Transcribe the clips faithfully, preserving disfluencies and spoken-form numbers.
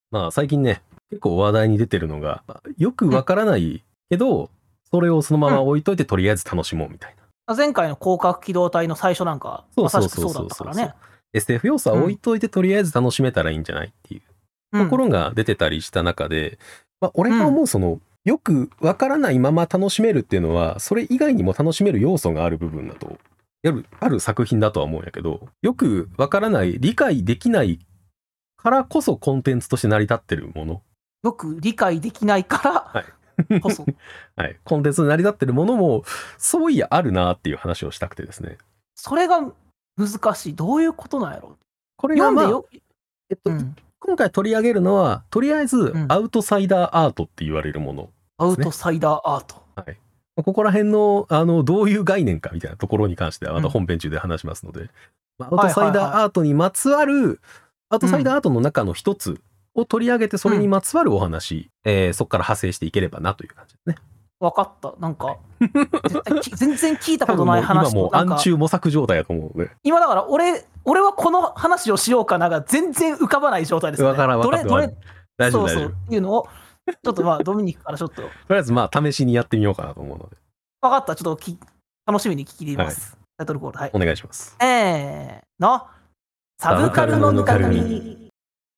まあ最近ね、結構話題に出てるのが、よくわからないけど、うん、それをそのまま置いといて、とりあえず楽しもうみたいな。前回の広角機動隊の最初なんか、まさしくそうだったからね。 エスエフ 要素は置いといて、とりあえず楽しめたらいいんじゃないっていうところが出てたりした中で、まあ、俺が思うその、うん、よくわからないまま楽しめるっていうのは、それ以外にも楽しめる要素がある部分だと、やる、ある作品だとは思うんやけど、よくわからない、理解できないからこそコンテンツとして成り立ってるもの。 よく理解できないからこそ。 はい。コンテンツに成り立ってるものも、そういやあるなっていう話をしたくてですね。 それが難しい。どういうことなんやろう。 これが、まあ、読んでよ、えっと、うん今回取り上げるのは、とりあえず、アウトサイダーアートって言われるもの、ねうん。アウトサイダーアート。 はい。ここら辺の、あの、どういう概念かみたいなところに関しては、また本編中で話しますので、うんまあ、アウトサイダーアートにまつわる、はいはいはい、アウトサイダーアートの中の一つを取り上げて、それにまつわるお話、うんえー、そこから派生していければなという感じですね。 分かった。なんか、絶対全然聞いたことない話と。今もう暗中模索状態だと思うので。 今だから俺、俺はこの話をしようかなが全然浮かばない状態ですね。 わからんわからん。 どれ、どれ、 大丈夫、 そうそうっていうのを、ちょっとまあ、ドミニクからちょっと。とりあえずまあ、試しにやってみようかなと思うので。 分かった。ちょっとき楽しみに聞き入れます。はい、タイトルコール。はい。 お願いします。 えーの、サブカルのぬかるみ。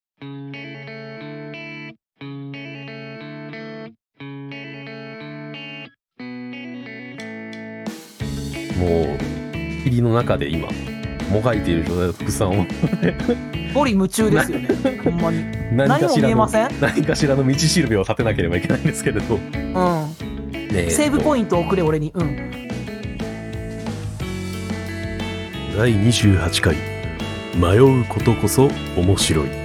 もう霧の中で今もがいている状態の福さんをボリ夢中ですよねほんまに何も見えません。 何かしらの道しるべを立てなければいけないんですけれど、うんね、セーブポイントをくれ俺に。うんだいにじゅうはちかい迷うことこそ面白い。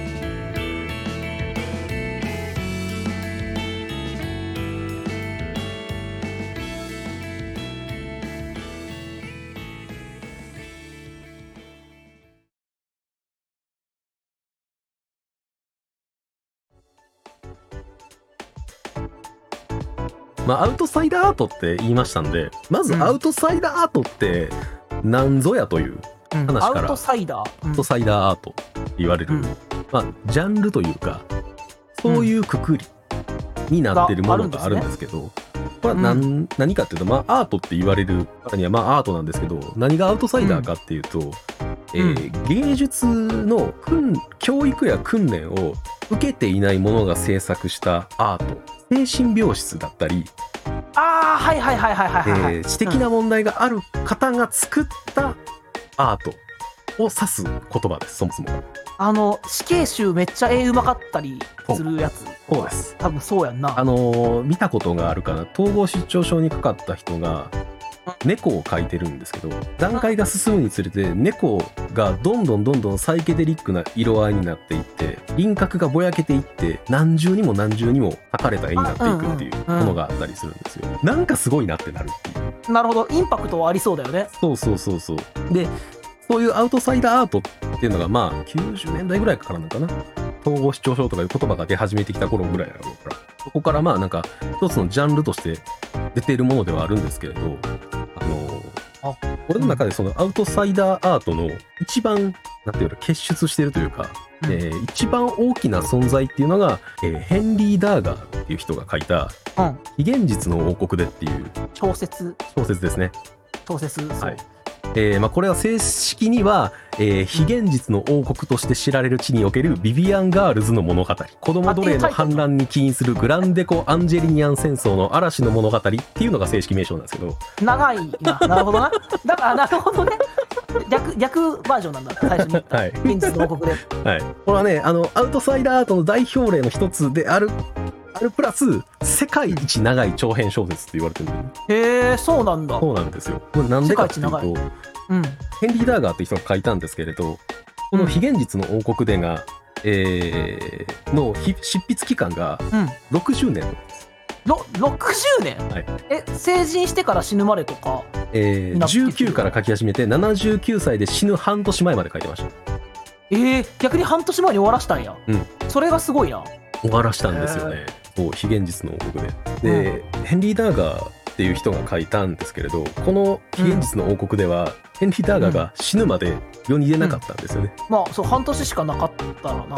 まあ、アウトサイダーアートって言いましたんで、まずアウトサイダーアートって何ぞやという話から、うん、アウトサイダー、 うん、アウトサイダーアートって言われる、うんまあ、ジャンルというかそういうくくりになってるものがあるんですけど、これは 何,、うん、何かっていうと、まあ、アートって言われるからにはまあアートなんですけど、何がアウトサイダーかっていうと、うんえー、芸術の教育や訓練を受けていない者が制作したアート、精神病室だったり、 ああはいはいはいはいはい、はいえー、知的な問題がある方が作ったアートを指す言葉です。そもそもあの死刑囚めっちゃ絵うまかったりするやつ。 そうです。 多分そうやんな。 あのー、見たことがあるかな。統合失調症にかかった人が猫を描いてるんですけど、段階が進むにつれて猫がどんどんどんどんサイケデリックな色合いになっていって、輪郭がぼやけていって何重にも何重にも描かれた絵になっていくっていうものがあったりするんですよ。なんかすごいなってなるっていう。 なるほど、インパクトはありそうだよね。 そうそうそうそう。でそういうアウトサイダーアートっていうのがまあきゅうじゅうねんだいぐらいからなのかな。統合失調症とかいう言葉が出始めてきた頃ぐらいだろうから、そこからまあなんか一つのジャンルとして出ているものではあるんですけれど、あのあ俺の中でそのアウトサイダーアートの一番なんていうの結出しているというか、うんえー、一番大きな存在っていうのが、えー、ヘンリー・ダーガーっていう人が書いた「非現実の王国で」っていう小説小説ですね。 小説そう、 はいえーまあ、これは正式には、えー、非現実の王国として知られる地におけるビビアン・ガールズの物語、子供奴隷の反乱に起因するグランデコ・アンジェリニアン戦争の嵐の物語っていうのが正式名称なんですけど、 長いな。なるほどな。だからなるほどね。逆, 逆バージョンなんだ最初に言った、はい、現実の王国で、 はい、これはねあのアウトサイダーアートの代表例の一つであるあるプラス世界一長い長編小説って言われてるんだよね。 へえ、そうなんだ。 そうなんですよ。これなんでかっていうと、うん、ヘンリー・ダーガーっていう人が書いたんですけれど、この非現実の王国でが、うんえー、の執筆期間がろくじゅうねんなんです。 ろくじゅうねん、はい、え成人してから死ぬまでとか、 えー、じゅうきゅうから書き始めてななじゅうきゅうさいで死ぬ半年前まで書いてました。 えー、逆に半年前に終わらしたんや、うん、それがすごいな。 終わらしたんですよね。そう非現実の王国でで、うん、ヘンリー・ダーガーっていう人が書いたんですけれど、この非現実の王国では、うん、ヘンリー・ダーガーが死ぬまで世に出なかったんですよね、 うん、まあそう半年しかなかったらな。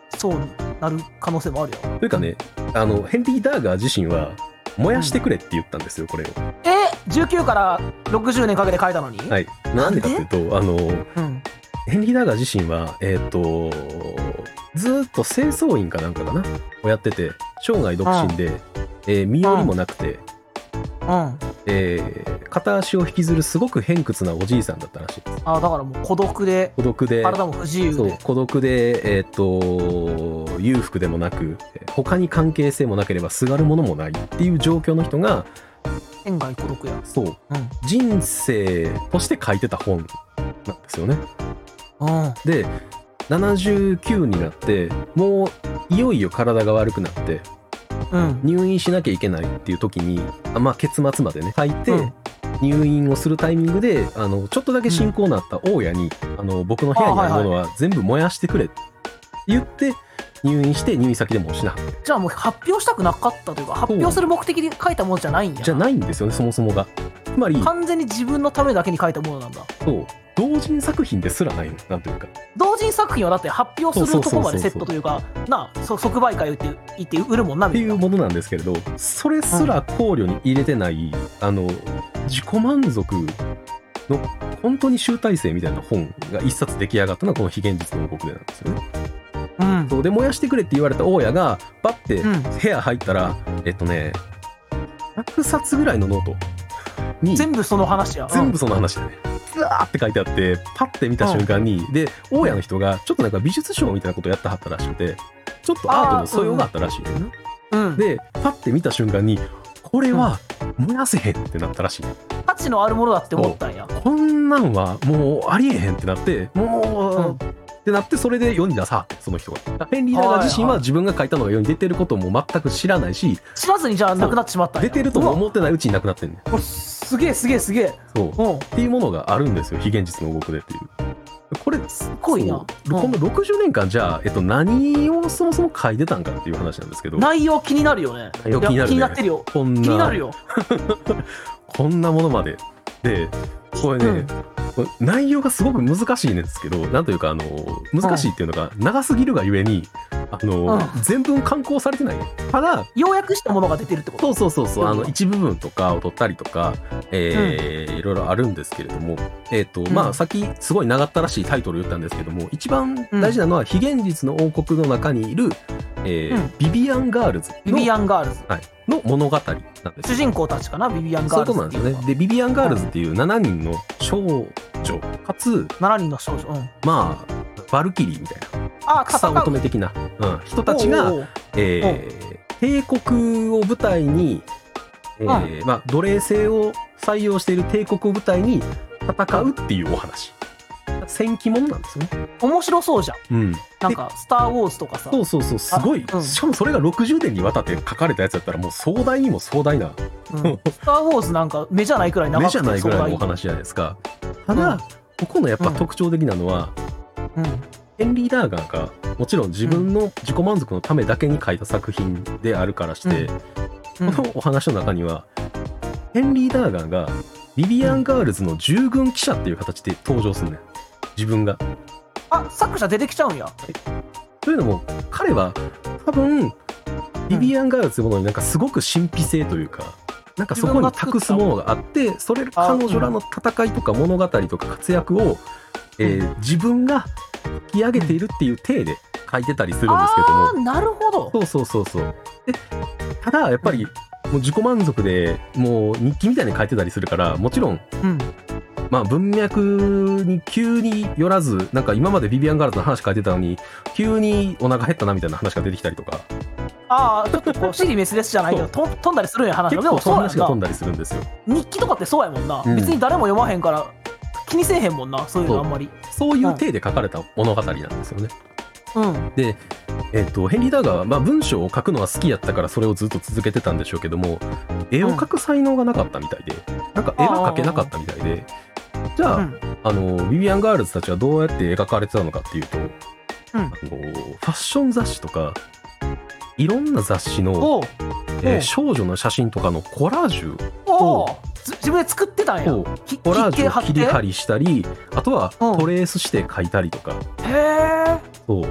そうなる可能性もあるよ。 というかね、あのヘンリー・ダーガー自身は燃やしてくれって言ったんですよ、これを。 えじゅうきゅうからろくじゅうねんかけて書いたのに。 はい。なんでかっていうと、あの、 うん、 ヘンリー・ダーガー自身は、えっ、と、ずーっと清掃員かなんかかなをやってて、生涯独身で、えー身寄りもなくて、 うんえー片足を引きずるすごく偏屈なおじいさんだったらしいです。 あだからもう孤独で孤独で、 体も不自由そうで。 孤独で、えっ、と、裕福でもなく、他に関係性もなければすがるものもないっていう状況の人が、 天外孤独や。 そう、 うん人生として書いてた本なんですよね。 うんで、ななじゅうきゅうになって、もういよいよ体が悪くなって、 うん入院しなきゃいけないっていう時に、あまあ、結末までね、書いて、 うん入院をするタイミングで、あの、ちょっとだけ進行になった大家に、あの、僕の部屋にあるものは全部燃やしてくれって言って、入院して入院先でもしなかった。 じゃあもう発表したくなかったというか、発表する目的で書いたものじゃないんや。 じゃないんですよね、そもそもが。つまり、 完全に自分のためだけに書いたものなんだ。 そう、同人作品ですらないの、なんというか。 同人作品はだって発表するとこまでセットというか、なあ、そ即売会って言って売るもんなってみたいな。 いうものなんですけれど、それすら考慮に入れてない、あの、自己満足の本当に集大成みたいな本が一冊出来上がったのがこの非現実の王国でなんですよね。 うんそうで、燃やしてくれって言われた大家が、パッてうん部屋入ったら、えっとね、ひゃくさつぐらいのノートに、 全部その話や。 全部その話だね。ずわーって書いてあって、パッて見た瞬間に、で、大家の人がちょっとなんか美術賞みたいなことをやってはったらしくて、ちょっとアートの素養があったらしいねんな。 うん。うん。 で、パッて見た瞬間に、これは燃やせへんってなったらしいね。 価値のあるものだって思ったんや。 こんなんはもうありえへんってなって、もう、 うんってなってそれで世に出さはってその人が。ヘンリー・ダーガー自身は自分が書いたのが世に出てることも全く知らないし、 知らずにじゃあなくなってしまったんや。 出てるともうわ思ってないうちになくなってんねん。 これすげえすげえすげえ。 そう。 うん。 っていうものがあるんですよ、非現実の王国でっていう。これすごいなうんこのろくじゅうねんかんじゃあ、えっと、何をそもそも書いてたんかっていう話なんですけど、 内容気になるよね。 内容気になるねいや気になってるよ。 こんな気になるよ。 こんなものまで。で、これね、 うんこれ内容がすごく難しいんですけど、なんというか、あの、難しいっていうのが、長すぎるがゆえに、あの、 うん全文刊行されてない。ただ、 要約したものが出てるってこと。 そうそうそうそう、あの、 うん一部分とかを取ったりとか、えーいろいろあるんですけれども、えっ、と、 んまあ、さっきすごい長ったらしいタイトル言ったんですけども、一番大事なのは、非現実の王国の中にいる、えーうんビビアンガールズのビビアンガールズ。 はい、の物語なんですよ。 主人公たちかな、ビビアンそういうガールズっていうのは。 ことなんですよね。で、ビビアンガールズっていうしちにんの少女、かつ、 ななにんの少女。うん。 まあ、バルキリーみたいな、 あ、 草乙女的な、うん、人たちが、 おうおうえー帝国を舞台に、えーまあ、奴隷制を採用している帝国を舞台に戦うっていうお話。戦記物なんですよね。 面白そうじゃん。 うん。 なんか、スター・ウォーズとかさ。 そうそうそう、すごい、 あうんしかもそれがろくじゅうねんにわたって書かれたやつだったら、もう壮大にも壮大な、 うんスター・ウォーズなんか目じゃないくらい長くて目じゃないぐらいのお壮大話じゃないですか。ただ、 うんここのやっぱ特徴的なのは、 うん。 ヘンリー・ダーガーがもちろん自分の自己満足のためだけに書いた作品であるからして、 うんこのお話の中にはヘンリー・ダーガーがビビアン・ガールズの従軍記者っていう形で登場するねん、自分が。 あ、作者出てきちゃうんや。 というのも彼は多分ビビアン・ガールズというものになんかすごく神秘性というか、なんかそこに託すものがあって、それ彼女らの戦いとか物語とか活躍を、えー自分が引き上げているっていう体で書いてたりするんですけども、 あー、なるほど。 そうそうそうそう。で、ただやっぱりもう自己満足でもう日記みたいに書いてたりするから、もちろんうん。 まあ文脈に急によらず、なんか今までビビアン・ガールズの話書いてたのに急にお腹減ったなみたいな話が出てきたりとか、 ああ、ちょっとこう、尻滅裂じゃないけど、と飛んだりするんや話が。で結構そのもそうやんな。 話が飛んだりするんですよ。 日記とかってそうやもんな。 うん別に誰も読まへんから、気にせえへんもんな、そういうのあんまり。 そういう体で書かれた物語なんですよね。 うん。 で、えっとヘンリー・ダーガーは、まあ、文章を書くのは好きやったからそれをずっと続けてたんでしょうけども、絵を描く才能がなかったみたいで、なんか絵が描けなかったみたいで、じゃあ、 うんあのビビアン・ガールズたちはどうやって描かれてたのかっていうと、 うんあのファッション雑誌とかいろんな雑誌の、 おうえーおう少女の写真とかのコラージュおうず自分で作ってたんやを。 ひコラージュを切り貼り。 りしたり、あとはうんトレースして描いたりとか、 へえ。 そう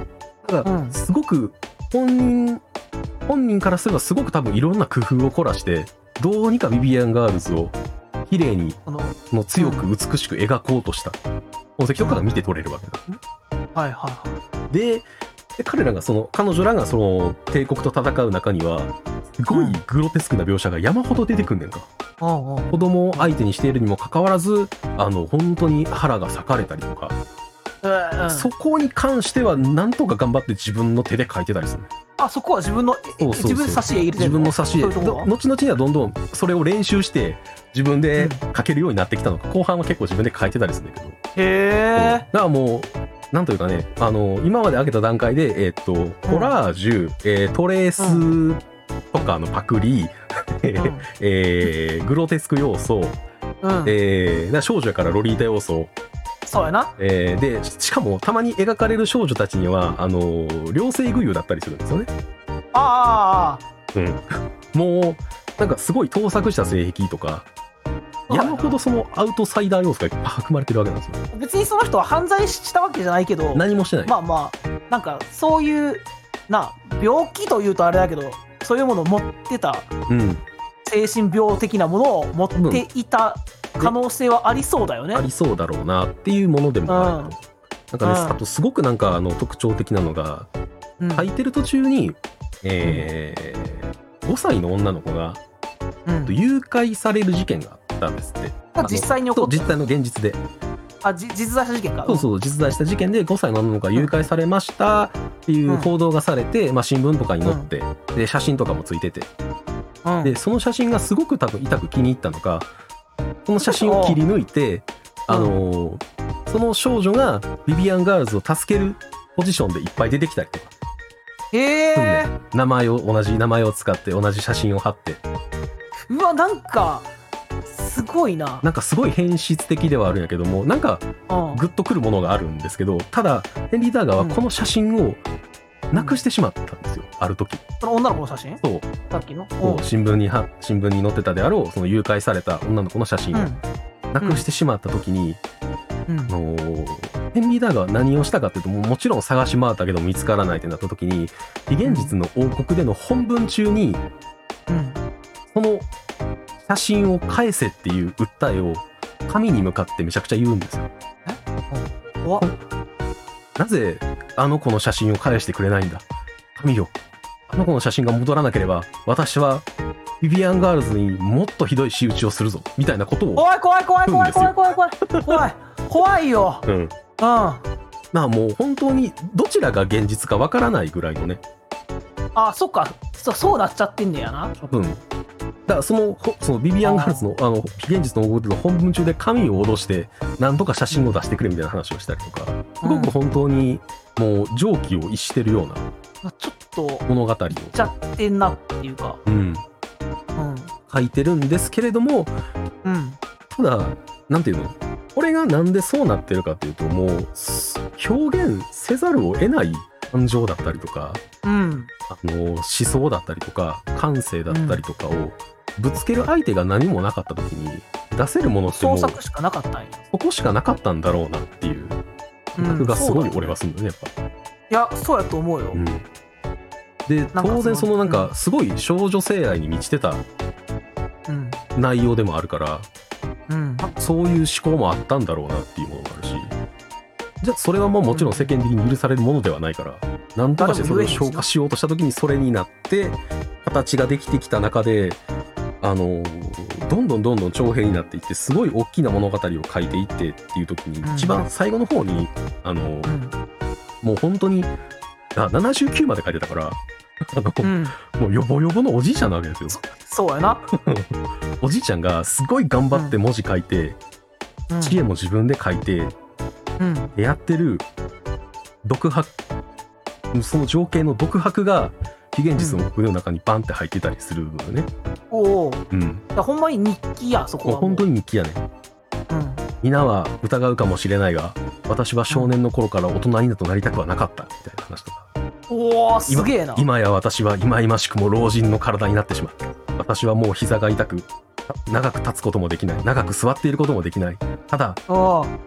だからすごく本人本人からすればすごく多分いろんな工夫を凝らしてどうにかビビアンガールズを綺麗にあのの強く美しく描こうとした痕跡とかが見て取れるわけだ、ね、 はいはいはい。で、で彼らがその彼女らがその帝国と戦う中にはすごいグロテスクな描写が山ほど出てくんねんか。 うんうん、 子供を相手にしているにもかかわらずあの本当に腹が裂かれたりとか、 うんうん、 そこに関してはなんとか頑張って自分の手で描いてたりする。 あ、そこは自分のそうそうそう、 自分で挿絵入れてるの？ 自分の挿絵、後々にはどんどんそれを練習して自分で描けるようになってきたのか、うん、後半は結構自分で描いてたりするんだけど。 へー。 だからもうなんというかね、あの今まで挙げた段階で、えー、っとコラージュ、うん、えー、トレースとかのパクリ、うんえー、グロテスク要素、うんえー、少女からロリータ要素、 そうやな、 えー、でしかもたまに描かれる少女たちにはあの両性具有だったりするんですよね。 ああ、 うん、もうなんかすごい盗作した性癖とか山ほどそのアウトサイダー要素が含まれてるわけなんですよ。 別にその人は犯罪したわけじゃないけど何もしてない。 まあまあなんかそういうな病気というとあれだけどそういうものを持ってた、うん、精神病的なものを持っていた可能性はありそうだよね、 うん、ありそうだろうなっていうものでもあると、うん、なんかね、うん、あとすごくなんかあの特徴的なのが、うん、書いてる途中に、えー、ごさいの女の子が、うん、誘拐される事件があったんですって。 実際に起こった？ 実際の現実で。 あ、じ実在した事件か。 そうそう、実在した事件でごさいの女の子が誘拐されましたっていう報道がされて、うんまあ、新聞とかに載って、うん、で写真とかもついてて、うん、でその写真がすごく多分痛く気に入ったのか、その写真を切り抜いて、あのー、その少女がビビアンガールズを助けるポジションでいっぱい出てきたりとか、 へー、 ね、名前を同じ名前を使って同じ写真を貼って、 うわなんかすごいな。 なんかすごい変質的ではあるんやけども、なんかグッとくるものがあるんですけど、ただヘンリー・ダーガーはこの写真をなくしてしまったんですよ、うん、ある時。 その女の子の写真？ そう、 さっきのそう新聞には新聞に載ってたであろうその誘拐された女の子の写真をなくしてしまった時に、うんうん、のヘンリー・ダーガーは何をしたかっていうと、も, もちろん探し回ったけど見つからないってなった時に、非現実の王国での本文中に、うん、その写真を返せっていう訴えを神に向かってめちゃくちゃ言うんですよ。え？怖っ。なぜあの子の写真を返してくれないんだ、神よ。あの子の写真が戻らなければ私はビビアンガールズにもっとひどい仕打ちをするぞみたいなことを怖い怖い怖い怖い怖い怖い怖い怖い怖いよ。うん。うん。 まあもう本当にどちらが現実かわからないぐらいのね。 あ、そっか。そ, そうなっちゃってんねやな。 多分。だからそのそのビビアンガールズのあの非現実の王国の本文中で神を脅して何とか写真を出してくれみたいな話をしたりとか、すごく本当にもう常軌を逸してるようなちょっと物語を言っちゃってんなっていうか、 うんうん、書いてるんですけれども、うん、ただなんていうの、これがなんでそうなってるかっていうと、もう表現せざるを得ない感情だったりとか、うん、あの思想だったりとか感性だったりとかをぶつける相手が何もなかった時に出せるものってもう創作しかなかったんや。 そこしかなかったんだろうなっていう感覚がすごい俺はするんだよね、やっぱ。 いやそうやと思うよ、うん、 で当然そのなんかすごい少女性愛に満ちてた内容でもあるから、うん、そういう思考もあったんだろうなっていうものもあるし、じゃあそれはもうもちろん世間的に許されるものではないから、なんとかしてそれを消化しようとした時にそれになって形ができてきた中で、あのどんどんどんどん長編になっていってすごい大きな物語を書いていってっていう時に、うん、一番最後の方にあの、うん、もう本当にあななじゅうきゅうまで書いてたからあの、うん、もうヨボヨボのおじいちゃんなわけですよ。そ, そうやなおじいちゃんがすごい頑張って文字書いて、うん、知恵も自分で書いて、うん、やってる独白、その情景の独白が非現実の国の中にバンって入ってたりするのよね、 うん、おお、うん、だほんまに日記や。そこは本当に日記やね、うん、皆は疑うかもしれないが私は少年の頃から大人になとなりたくはなかったみたいな話とか、 おおすげえな。 今, 今や私は忌々しくも老人の体になってしまった。私はもう膝が痛く長く立つこともできない、長く座っていることもできない。ただ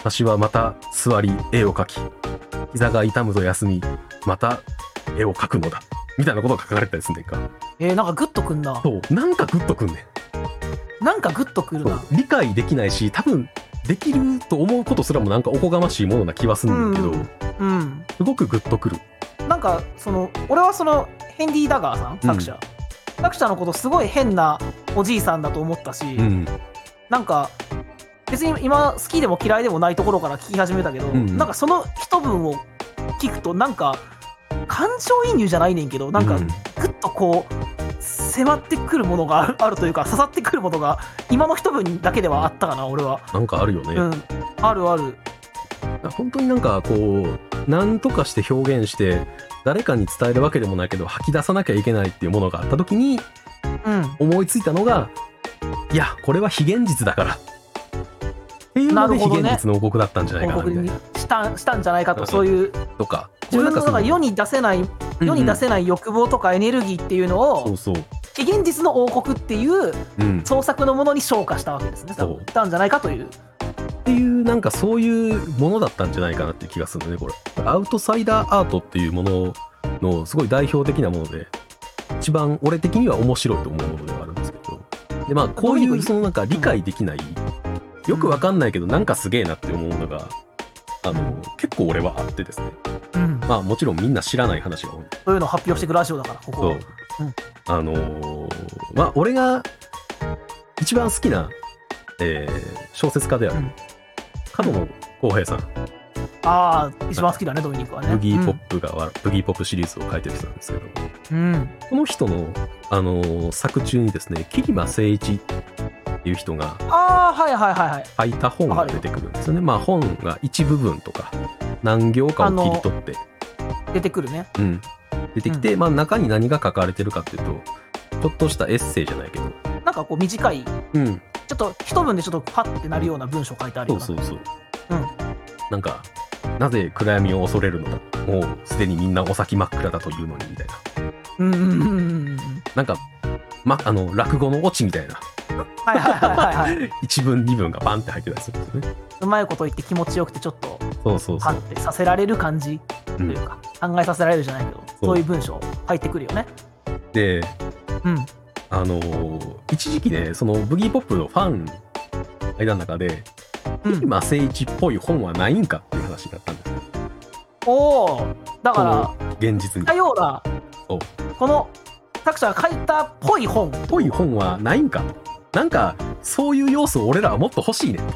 私はまた座り絵を描き、膝が痛むと休み、また絵を描くのだみたいなことが書かれたりすんねんか。 えー、なんかグッとくんな。 そうなんかグッとくんねん。なんかグッとくるな。 理解できないし、多分できると思うことすらもなんかおこがましいものな気はするんだけど、うん、うん、すごくグッとくる。 なんかその俺はそのヘンリー・ダガーさん作者、うん、作者のことすごい変なおじいさんだと思ったし、うん、なんか別に今好きでも嫌いでもないところから聞き始めたけど、うん、なんかその一文を聞くとなんか感情移入じゃないねんけど、なんかグッとこう迫ってくるものがあるというか、刺さってくるものが今の一文だけではあったかな。俺はなんかあるよね、 うん、あるある。 本当になんかこう何とかして表現して誰かに伝えるわけでもないけど吐き出さなきゃいけないっていうものがあった時に、うん、思いついたのが、いやこれは非現実だからっていうので非現実の王国だったんじゃないかなみたいな、 したしたんじゃないかと、そういうとか自分の中世に出せない世に出せない欲望とかエネルギーっていうのを、 そうそう非現実の王国っていう創作のものに昇華したわけですね。そうしたんじゃないかというっていうなんかそういうものだったんじゃないかなっていう気がするんだね。これアウトサイダーアートっていうもののすごい代表的なもので、一番俺的には面白いと思うものではあるんですけど、でまあこういうそのなんか理解できない、よくわかんないけどなんかすげえなって思うのがあの結構俺はあってですね、うん、まあもちろんみんな知らない話が多い。 そういうのを発表していくラジオだからここ。 そう、うん、あのー、まあ俺が一番好きな、えー、小説家である、うん、角野浩平さん。 ああ一番好きだねドミニクはね。 ブギーポップが、うん、ブギーポップシリーズを書いてる人なんですけど、うん、この人の、あのー、作中にですね桐間誠一っていう人が書いた本が出てくるんですよね。まあ本が一部分とか何行かを切り取って出てくるね、 うん、出てきて、うん、まあ中に何が書かれてるかっていうとちょっとしたエッセイじゃないけどなんかこう短い、うん、ちょっと一文でちょっとパッてなるような文章書いてあるような。 そうそうそう、うん、なんかなぜ暗闇を恐れるのだ、もうすでにみんなお先真っ暗だというのにみたいな、うんうんうんうん、なんか、ま、あの落語のオチみたいなはいはいはいはい、はい、一文二文がバンって入ってたりするんですよね。 うまいこと言って気持ちよくてちょっとそうそうそうパッてさせられる感じというか、うん、考えさせられるじゃないけどそう、そういう文章入ってくるよね。 で、うん、あのー、一時期ねそのブギーポップのファン間の中で桐間誠一っぽい本はないんかっていう話だったんですよ。 おお、だから現実にたようなこの作者が書いたっぽい本っぽい本はないんかと、なんかそういう要素を俺らはもっと欲しいねと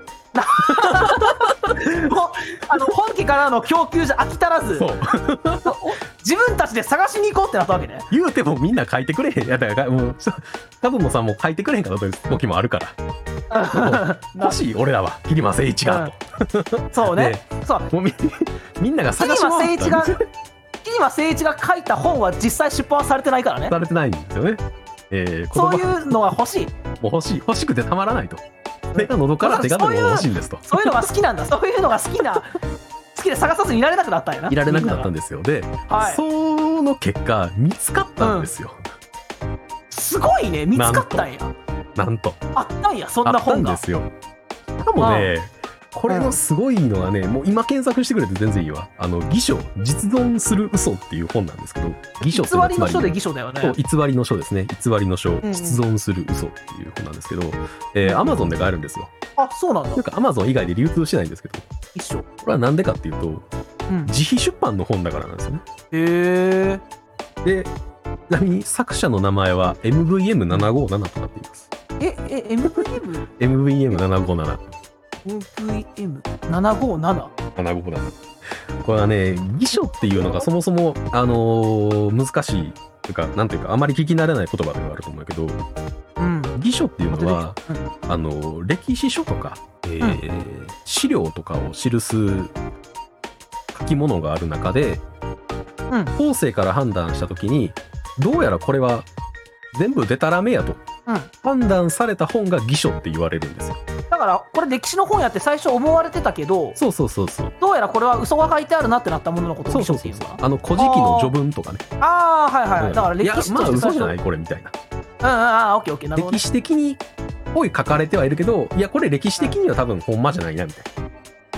あの本家からの供給じゃ飽き足らずそう自分たちで探しに行こうってなったわけね。 言うてもみんな書いてくれへんやだからもう角野さんも書いてくれへんかった時もあるから欲しい俺らは桐間誠一がと、 うん、そうねそうもう み, みんなが探し回ったんですよ。 桐間誠一が書いた本は実際出版されてないからね。 されてないんですよね、 えー、そういうのは欲しいもう欲しい欲しくてたまらないと。手が喉から手が出るのが欲しいんですと。 そういうのが好きなんだ。そういうのが好きな好きで探さずにいられなくなったんやな。 いられなくなったんですよ。で、はい、その結果見つかったんですよ、 うん、すごいね見つかったんや。 なんとあったんやそんな本が。 あったんですよ。しかもね、これのすごいのがね、もう今検索してくれて全然いいわ。あの偽書実存する嘘っていう本なんですけど、偽書って偽りの書で偽書だよね。 そう偽りの書ですね。偽りの書、うんうん、実存する嘘っていう本なんですけど、えー、Amazon で買えるんですよ。 あ、そうなんだ。 なんか Amazon 以外で流通してないんですけど、 一緒。 これはなんでかっていうと、うん、自費出版の本だからなんですよね。へえ。で、ちなみに作者の名前は エムブイエムななごーなな となっています。 え、え、エムブイエム？ エムブイエムななごーなな。 エムブイエムななごーなな。 ななごーなな。これはね、偽書っていうのがそもそも、あのー、難しいというか、なんていうか、あまり聞き慣れない言葉ではあると思うけど、うん、偽書っていうのは、うん、あの歴史書とか、えーうん、資料とかを記す書き物がある中で、うん、後世から判断したときにどうやらこれは全部デタラメやと、うん、判断された本が偽書って言われるんですよ。 だからこれ歴史の本やって最初思われてたけど、 そうそうそうそう、 どうやらこれは嘘が書いてあるなってなったもののことを偽書っていうんだ。 あの古事記の序文とかね。 ああはいはい、うん、だから歴史としていやまあ嘘じゃないこれみたいな。 うんうん、ああオッケーオッケー、なるほど、ね、 歴史的にっぽい書かれてはいるけど、いやこれ歴史的には多分ほんまじゃないなみたいな。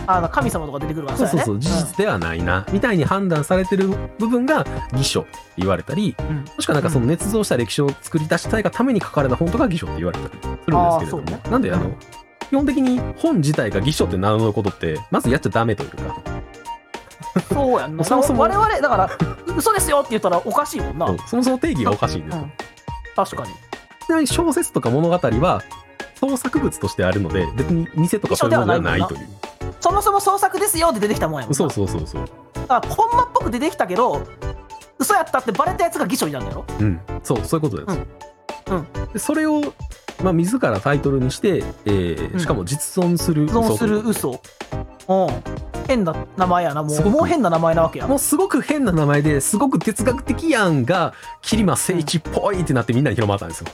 あの神様とか出てくるからそうそうそう、 やね事実ではないな、みたいに判断されてる部分が偽書って言われたり、 うんもしくはなんかその捏造した歴史を作り出したいがために書かれた本とか偽書って言われたりするんですけれども、 あーそうねなんであの、基本的に本自体が偽書って名乗ることってまずやっちゃダメというか、 そうやんな。 そもそも我々だから嘘ですよって言ったらおかしいもんな。 そうそもそも定義がおかしいんですよ。 うん、確かに。 ちなみに小説とか物語は創作物としてあるので、別に偽とかそういうものではないという。 そもそも創作ですよって出てきたもんやもんな。 そうそうそうそう。 だからほんまっぽく出てきたけど嘘やったってバレたやつが偽書になるんだよ。 うん、そうそういうことです。 うんうんでそれをまあ自らタイトルにして、えーうんしかも実存する依存する嘘。うん。変な名前やな。もうもう変な名前なわけや。 もうすごく変な名前ですごく哲学的やんが桐間誠一っぽいってなってみんなに広まったんですよ。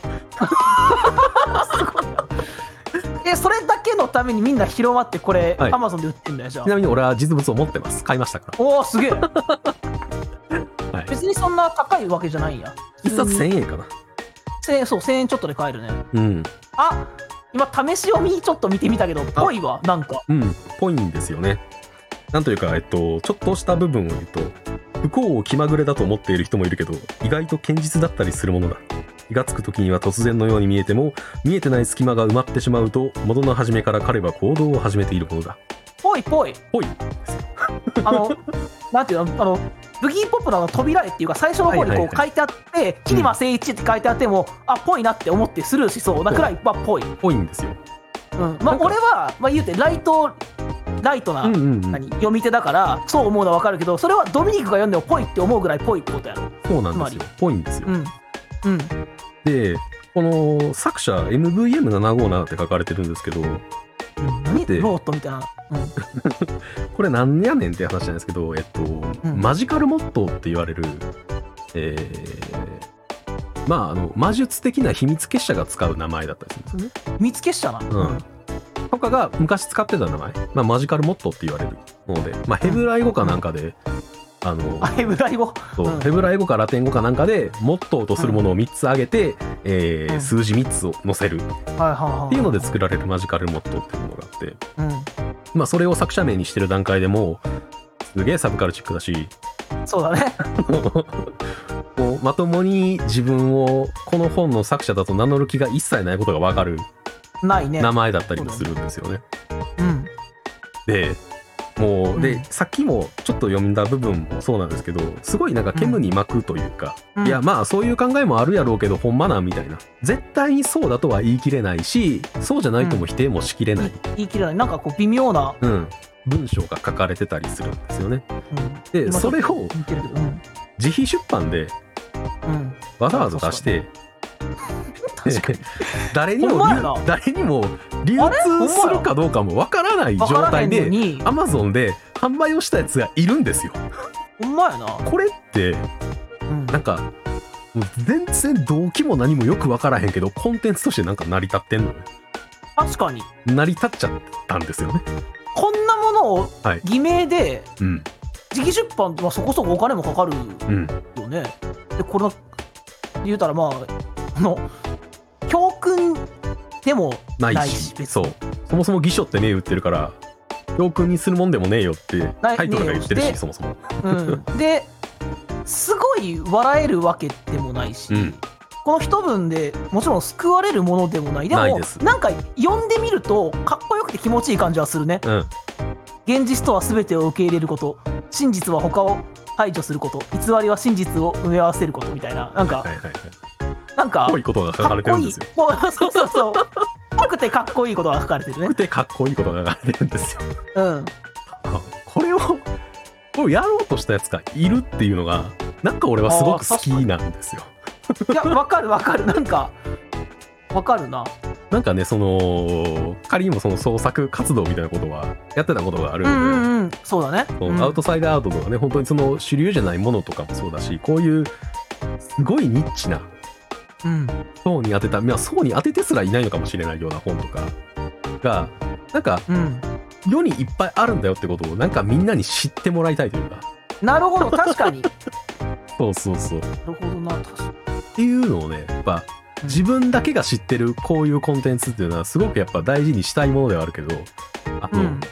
えそれだけのためにみんな広まってこれ、 はいアマゾンで売ってんだよじゃちなみに俺は実物を持ってます。買いましたかあ。おおすげえ。 ら。はい。 別にそんな高いわけじゃないんや。 一冊せんえんかな。 せんえんそうせんえんちょっとで買えるね。 うんあ今試し読みちょっと見てみたけどぽいわなんか。 うんぽいんですよね。なんというかえっとちょっとした部分を言うと、不幸を気まぐれだと思っている人もいるけど意外と堅実だったりするものだ。気がつく時には突然のように見えても見えてない隙間が埋まってしまうと元の初めから彼は行動を始めているものだ。 ぽいぽい。 ぽい。 あのなんていうのあのブギーポップのあの扉絵っていうか最初の方にこはいはいはいう書いてあって桐間誠一って書いてあっても、あぽいなって思ってスルーしそうなくらいはぽい。 ぽいんですよ。 うんまあなんか俺は、まあ、言うてライトライトな、 うんうんうん。 何読み手だからそう思うのは分かるけどそれはドミニクが読んでもぽいって思うぐらいぽいってことやろ。 そうなんですよ。ぽいんですよ。 うんうんで、この作者 エムブイエムななごーなな って書かれてるんですけど、 何でロートみたいな、うんこれなんやねんって話なんですけど、えっと、 んマジカルモットーって言われる、えー、まあ、あの、魔術的な秘密結社が使う名前だったりするんですよね。 見つけしたな。 うん。とかが昔使ってた名前、まあ、マジカルモットーって言われるもので、まあ、ヘブライ語かなんかで、あの、 あヘブライ語。 そううんヘブライ語かラテン語かなんかでモットーとするものをみっつ挙げて、えーうん数字みっつを載せるっはいはいはい。 ていうので作られるマジカルモットーっていうものがあって、 うんまあそれを作者名にしてる段階でもうすげえサブカルチックだし、 そうだね。 もうまともに自分をこの本の作者だと名乗る気が一切ないことがわかるないね。 名前だったりもするんですよね。 うんでもうで、 うんさっきもちょっと読んだ部分もそうなんですけど、すごいなんか煙に巻くというか、 うんいやまあそういう考えもあるやろうけどほんまなんみたいな、絶対にそうだとは言い切れないしそうじゃないとも否定もしきれない、 言い言い切れない。なんかこう微妙な。 うん、文章が書かれてたりするんですよね。 うんで今それを見てるけど。うん自費出版でうんわざわざ出して確かに。 誰にもほんまやな誰にも流あれ通するかどうかもわからない状分からへんの態でに。 Amazon で販売をしたやつがいるんですよ。 ほんまやな。 これってうんなんかもう全然動機も何もよく分からへんけどコンテンツとしてなんか成り立ってんのよ。 確かに。 成り立っちゃったんですよね。 こんなものをはい。 偽名でうん自費出版はそこそこお金もかかるうんよね。でこれ言うたらまああの教訓でもないし、 ないし別にそうそもそも偽書って銘打ってるから教訓にするもんでもねえよってないタイトルが言ってるねえよし、そもそも。 うん、ですごい笑えるわけでもないし、 うんこの一文でもちろん救われるものでもない。でもないですなんか読んでみるとかっこよくて気持ちいい感じはするね。 うん現実とは全てを受け入れること、真実は他を排除すること、偽りは真実を埋め合わせることみたいな、なんか、 はいはいはい。 なんかこういうことが書かれてるんですよ。 かっこいい。そうそうそう。ぽくてかっこいいことが書かれてるねく。てかっこいいことが書かれてるんですよ。 うん。 あこれをこれをやろうとしたやつがいるっていうのがなんか俺はすごく好きなんですよ。 いや、わかるわかる。なんか、わかるな。 なんかね、その仮にもその創作活動みたいなことはやってたことがあるので、 うんうんうん。そうだね。 そのアウトサイダーアートとかね、本当にその主流じゃないものとかもそうだし、こういうすごいニッチなうん。 層に当てた、いや層に当ててすらいないのかもしれないような本とかがなんかうん。 世にいっぱいあるんだよってことをなんかみんなに知ってもらいたいというか、 なるほど、確かに。なそうそうそうっるほどな、確かていうのをね、やっぱ自分だけが知ってるこういうコンテンツっていうのはすごくやっぱ大事にしたいものではあるけど、あの、 に。うん。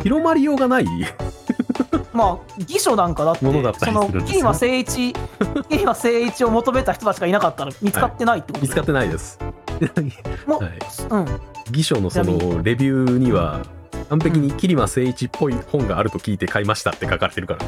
広まりようがないまあ偽書なんかだってものだったりするんですよ。 その桐間誠一桐間誠一を求めた人たちがいなかったら見つかってないってこと、はい、 見つかってないです。 もう、はい、うん。 偽書のそのレビューには完璧に桐間誠一っぽい本があると聞いて買いましたって書かれてるから。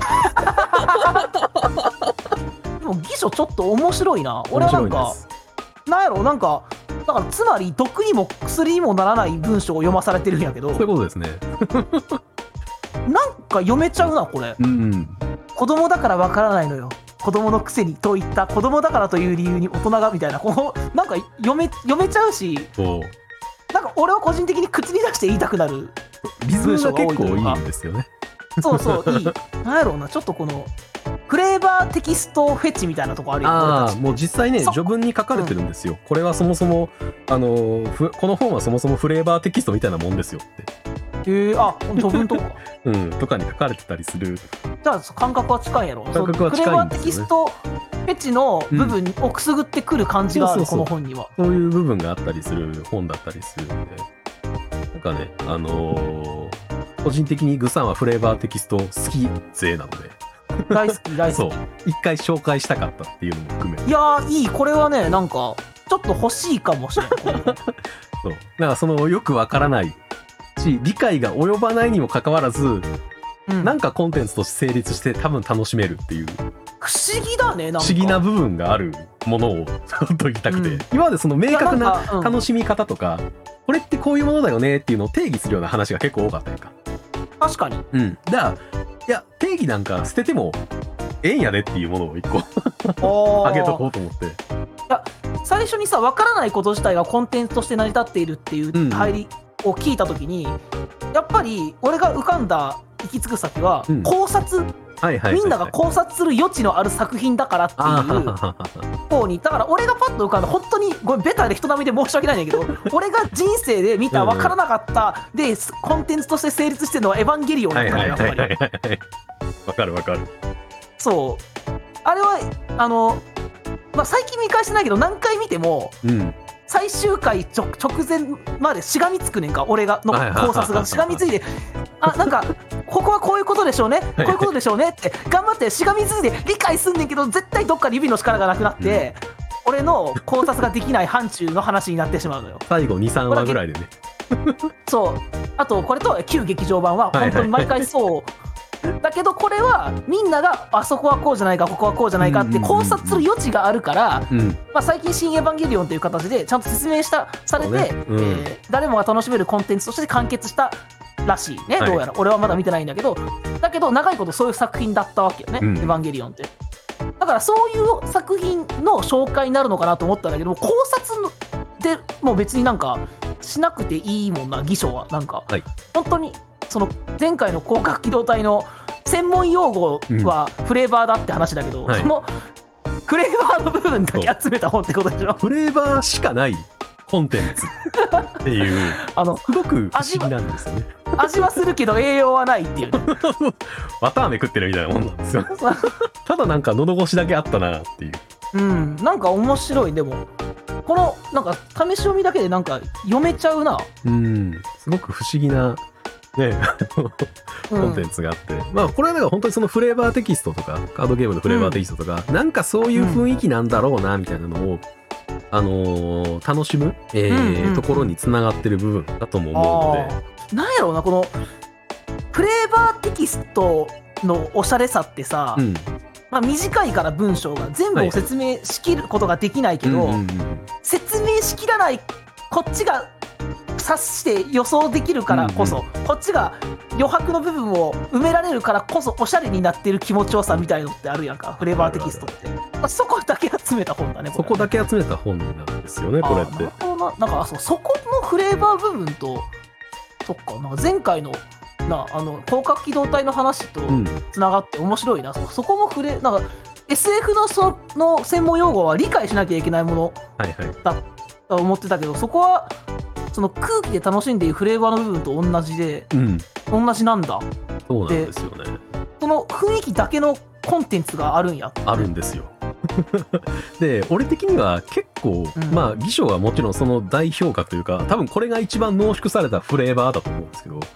でも偽書ちょっと面白いな。俺はなんかなんやろなんかだからつまり毒にも薬にもならない文章を読まされてるんやけど。 そういうことですね。 なんか読めちゃうなこれ、うんうん、子供だからわからないのよ子供のくせにといった子供だからという理由に大人がみたいなこうなんか読め読めちゃうし、なんか俺は個人的に口に出して言いたくなるリズムが結構いいんですよね。 そうそういいなんやろうなちょっとこのフレーバーテキストフェチみたいなとこあるよ。 ああもう実際ね序文に書かれてるんですよ、うん、これはそもそもあのこの本はそもそもフレーバーテキストみたいなもんですよって。 えー、あ序文とかうんとかに書かれてたりする。 じゃあ感覚は近いやろ。 感覚は近いんですよね。 フレーバーテキストフェチの部分をくすぐってくる感じがある、うん、この本にはそういう部分があったりする本だったりするんで、なんかねあのー、個人的にグさんはフレーバーテキスト好き勢なので大好き大好き。 そう一回紹介したかったっていうのも含めて。 いやーいいこれはねなんかちょっと欲しいかもしれない。そうだからそのよくわからないし理解が及ばないにもかかわらず、うん、なんかコンテンツとして成立して多分楽しめるっていう不思議だね。なんか不思議な部分があるものをちょっと言いたくて、うん、今までその明確な楽しみ方とか、うん、これってこういうものだよねっていうのを定義するような話が結構多かったやんか。 確かに。 うんだからいや定義なんか捨ててもええんやでっていうものを一個あげとこうと思って。いや最初にさ分からないこと自体がコンテンツとして成り立っているっていう入りを聞いた時に、うん、やっぱり俺が浮かんだ行き着く先は、うん、考察、みんなが考察する余地のある作品だからっていう方に。だから俺がパッと浮かんだ本当にこれベタで人並みで申し訳ないんだけど俺が人生で見た分からなかったでコンテンツとして成立してるのはエヴァンゲリオンだからやっぱり。 わかるわかる。 そうあれはあの、まあ、最近見返してないけど何回見ても、うん、最終回直前までしがみつくねんか俺がの考察がしがみついてあなんかここはこういうことでしょうねこういうことでしょうねって頑張ってしがみついて理解すんねんけど絶対どっかに指の力がなくなって、うん、俺の考察ができない範疇の話になってしまうのよ。 最後 に,さん 話ぐらいでねそうあとこれと旧劇場版は本当に毎回そうだけどこれはみんながあそこはこうじゃないかここはこうじゃないかって考察する余地があるから、うんうんまあ、最近新エヴァンゲリオンという形でちゃんと説明したされて、ねうんえー、誰もが楽しめるコンテンツとして完結したらしいね、どうやら、はい、俺はまだ見てないんだけどだけど長いことそういう作品だったわけよね、うん、エヴァンゲリオンって。だからそういう作品の紹介になるのかなと思ったんだけど考察でもう別になんかしなくていいもんな偽書はなんか、はい、本当にその前回の広角機動隊の専門用語はフレーバーだって話だけど、うんはい、そのフレーバーの部分だけ集めた本ってことでしょ。 フレーバーしかないコンテンツっていうあのすごく不思議なんですよね。 味はするけど栄養はないっていうね綿あめ食ってるみたいなもんなんですよただなんか喉越しだけあったなっていう。 うんなんか面白い。でもこのなんか試し読みだけでなんか読めちゃうな。 うんすごく不思議なね、コンテンツがあって、うん、まあこれはだから本当にそのフレーバーテキストとかカードゲームのフレーバーテキストとか、うん、なんかそういう雰囲気なんだろうなみたいなのを、あのー、楽しむ、えーうんうん、ところにつながってる部分だとも思うので、 なんやろうなこのフレーバーテキストのおしゃれさってさ、うんまあ、短いから文章が全部を説明しきることができないけど、はいはいうんうんうん、説明しきらないこっちが察して予想できるからこそ、うんうん、こっちが余白の部分を埋められるからこそおしゃれになってる気持ちよさみたいのってあるやんかフレーバーテキストって。そこだけ集めた本だねこれ。 そこだけ集めた本なんですよねこれって。 ななんか そ, そこのフレーバー部分とそっかなんか前回のなあの広角機動隊の話とつながって面白いな、うん、そ, そこもフレなんか エスエフ の, その専門用語は理解しなきゃいけないものだと思ってたけど、はいはい、そこはその空気で楽しんでいるフレーバーの部分と同じで、うん、同じなんだ。 そうなんですよね。 その雰囲気だけのコンテンツがあるんやあるんですよで俺的には結構、うん、まあ偽書はもちろんその代表格というか多分これが一番濃縮されたフレーバーだと思うんですけど、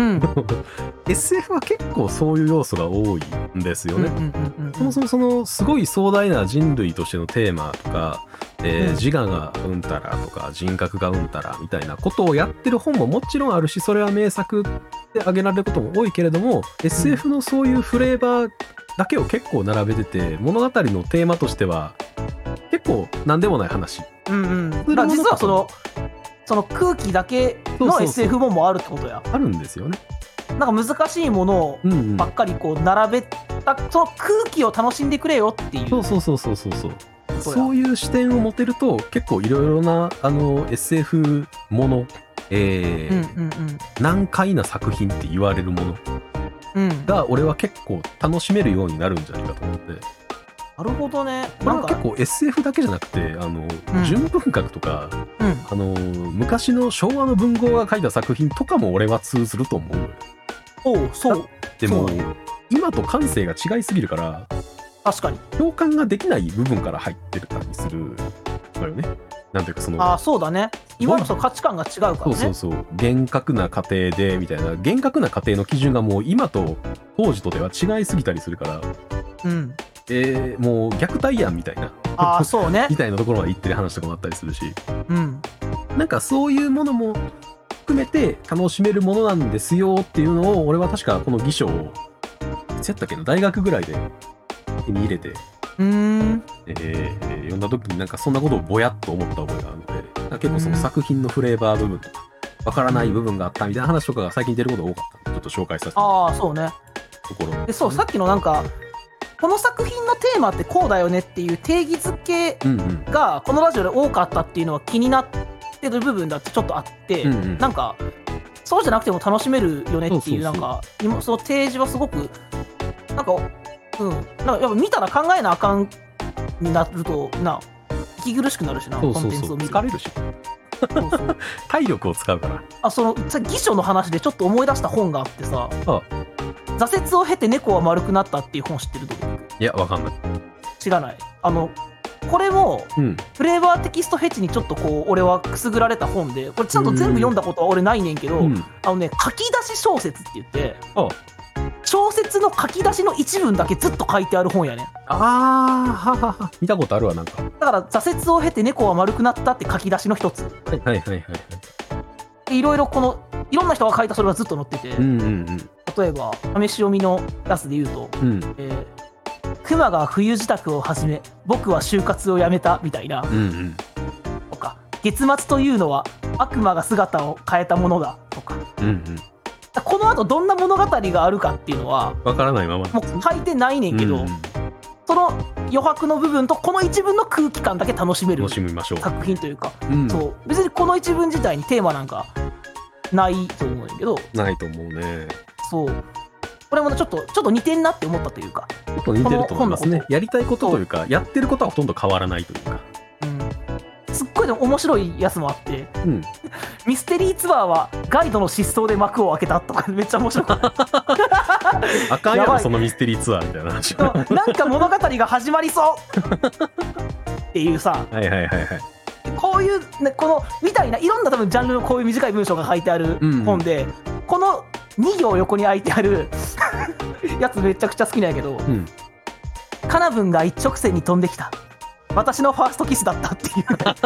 うん、 エスエフ は結構そういう要素が多いんですよね。そもそもそのすごい壮大な人類としてのテーマとか、えーうん、自我がうんたらとか人格がうんたらみたいなことをやってる本ももちろんあるし、それは名作で挙げられることも多いけれども、 エスエフ のそういうフレーバーだけを結構並べてて、物語のテーマとしては結構なんでもない話。 うんうん。だから実はそのその空気だけの エスエフ 本もあるってことや。 あるんですよね。 なんか難しいものをばっかりこう並べた、うんうん、その空気を楽しんでくれよっていう。 そうそうそうそうそうそう。そういう視点を持てると結構いろいろなあの エスエフ もの、えーうんうんうん、難解な作品って言われるものが俺は結構楽しめるようになるんじゃないかと思って。 なるほどね。 これは結構 エスエフ だけじゃなくて、あの、うん、純文学とか、うん、あの昔の昭和の文豪が書いた作品とかも俺は通ずると思う。 おう、そう。 でも今と感性が違いすぎるから、 確かに共感ができない部分から入ってたりするのよね。なんていうかその、 ああそうだね。今のその価値観が違うからね。 そうそうそう。厳格な家庭でみたいな、厳格な家庭の基準がもう今と当時とでは違いすぎたりするから、 うん。 えー、もう虐待やんみたいな、 ああそうねみたいなところまで言ってる話とかもあったりするし、 うん。 なんかそういうものも含めて楽しめるものなんですよっていうのを、俺は確かこの義書をいつやったっけな、大学ぐらいで手に入れて、 うーん、 えー、読んだ時になんかそんなことをぼやっと思った覚えがあるので、なんか結構その作品のフレーバー部分とかわからない部分があったみたいな話とかが最近出ることが多かったので、ちょっと紹介させてもらああそうね。 ところで、 でそうさっきのなんかこの作品のテーマってこうだよねっていう定義づけがこのラジオで多かったっていうのは気になってる部分だってちょっとあって、うんうん、なんかそうじゃなくても楽しめるよねっていう、なんか今その提示はすごくなんかうん、なんかやっぱ見たら考えなあかんになるとな息苦しくなるしな、 そうそうそう、コンテンツを見る疲れるしそうそう体力を使うから。あ、 そのさ義書の話でちょっと思い出した本があってさ、ああ、挫折を経て猫は丸くなったっていう本知ってる？ いやわかんない。 知らない。あのこれも、うん、フレーバーテキストフェチにちょっとこう俺はくすぐられた本で、これちゃんと全部読んだことは俺ないねんけど、うん、あのね書き出し小説って言って、ああ小説の書き出しの一文だけずっと書いてある本やねん。 ああ、ははは、見たことあるわ。なんかだから挫折を経て猫は丸くなったって書き出しの一つ。 はいはいはいはい。 でいろいろこのいろんな人が書いたそれがずっと載ってて、うんうんうん、例えば試し読みのやつで言うと、うん、えー、クマが冬支度を始め僕は就活をやめたみたいな、うんうん、とか月末というのは悪魔が姿を変えたものだとか、うんうん、この後どんな物語があるかっていうのはわからないままもう書いてないねんけど、うんうん、その余白の部分とこの一文の空気感だけ楽しめる作品というか、うん、そう別にこの一文自体にテーマなんかないと思うんやけど。 ないと思うね。 そうこれもちょっとちょっと似てんなって思ったというか、 ちょっと似てると思いますね。やりたいことというかやってることはほとんど変わらないというか、 うん、すっごいでも面白いやつもあって、うん、ミステリーツアーはガイドの失踪で幕を開けたとかめっちゃ面白かったあかんやろそのミステリーツアーみたいな話なんか物語が始まりそうっていうさ、 はいはいはいはい、 こういう、ね、このみたいないろんな多分ジャンルのこういう短い文章が書いてある本で、うんうん、このに行横に空いてあるやつめちゃくちゃ好きなんやけど、うん、カナブンが一直線に飛んできた私のファーストキスだったっていう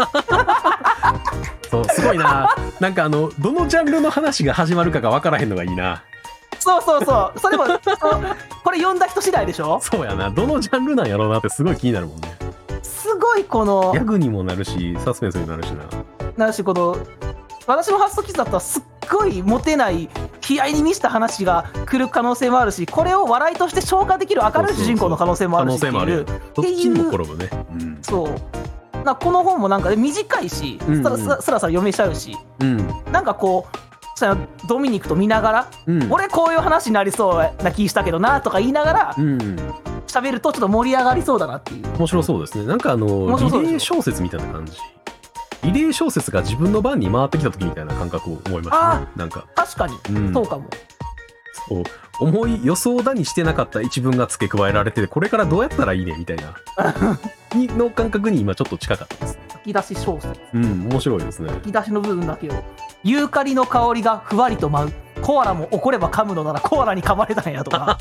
そうすごいな。なんかあのどのジャンルの話が始まるかが分からへんのがいいな。 そうそうそうそれもこれ読んだ人次第でしょ。 そうやな、どのジャンルなんやろうなってすごい気になるもんね。 すごいこのギャグにもなるしサスペンスになるしな。 なるし、この私のファーストキスだったらすっごいモテない気合に満ちた話が来る可能性もあるし、これを笑いとして消化できる明るい主人公の可能性もあるしっていう、 どっちにも転ぶね、うん、 そうなこの本もなんか短いし、うんうん、スラスラスラ読めちゃうし、うん、なんかこうドミニクと見ながら、うん、俺こういう話になりそうな気したけどなとか言いながら、うん喋るとちょっと盛り上がりそうだなっていう。 面白そうですね。なんかあのリレー小説みたいな感じ。リレー小説が自分の番に回ってきた時みたいな感覚を思いましたね。なんか確かに、うん、そうかも。 そう思い予想だにしてなかった一文が付け加えられて、これからどうやったらいいねみたいなの感覚に今ちょっと近かったですね。 書き出し小説、 うん、面白いですね。 書き出しの部分だけをユーカリの香りがふわりと舞うコアラも怒れば噛むのならコアラに噛まれたんやとか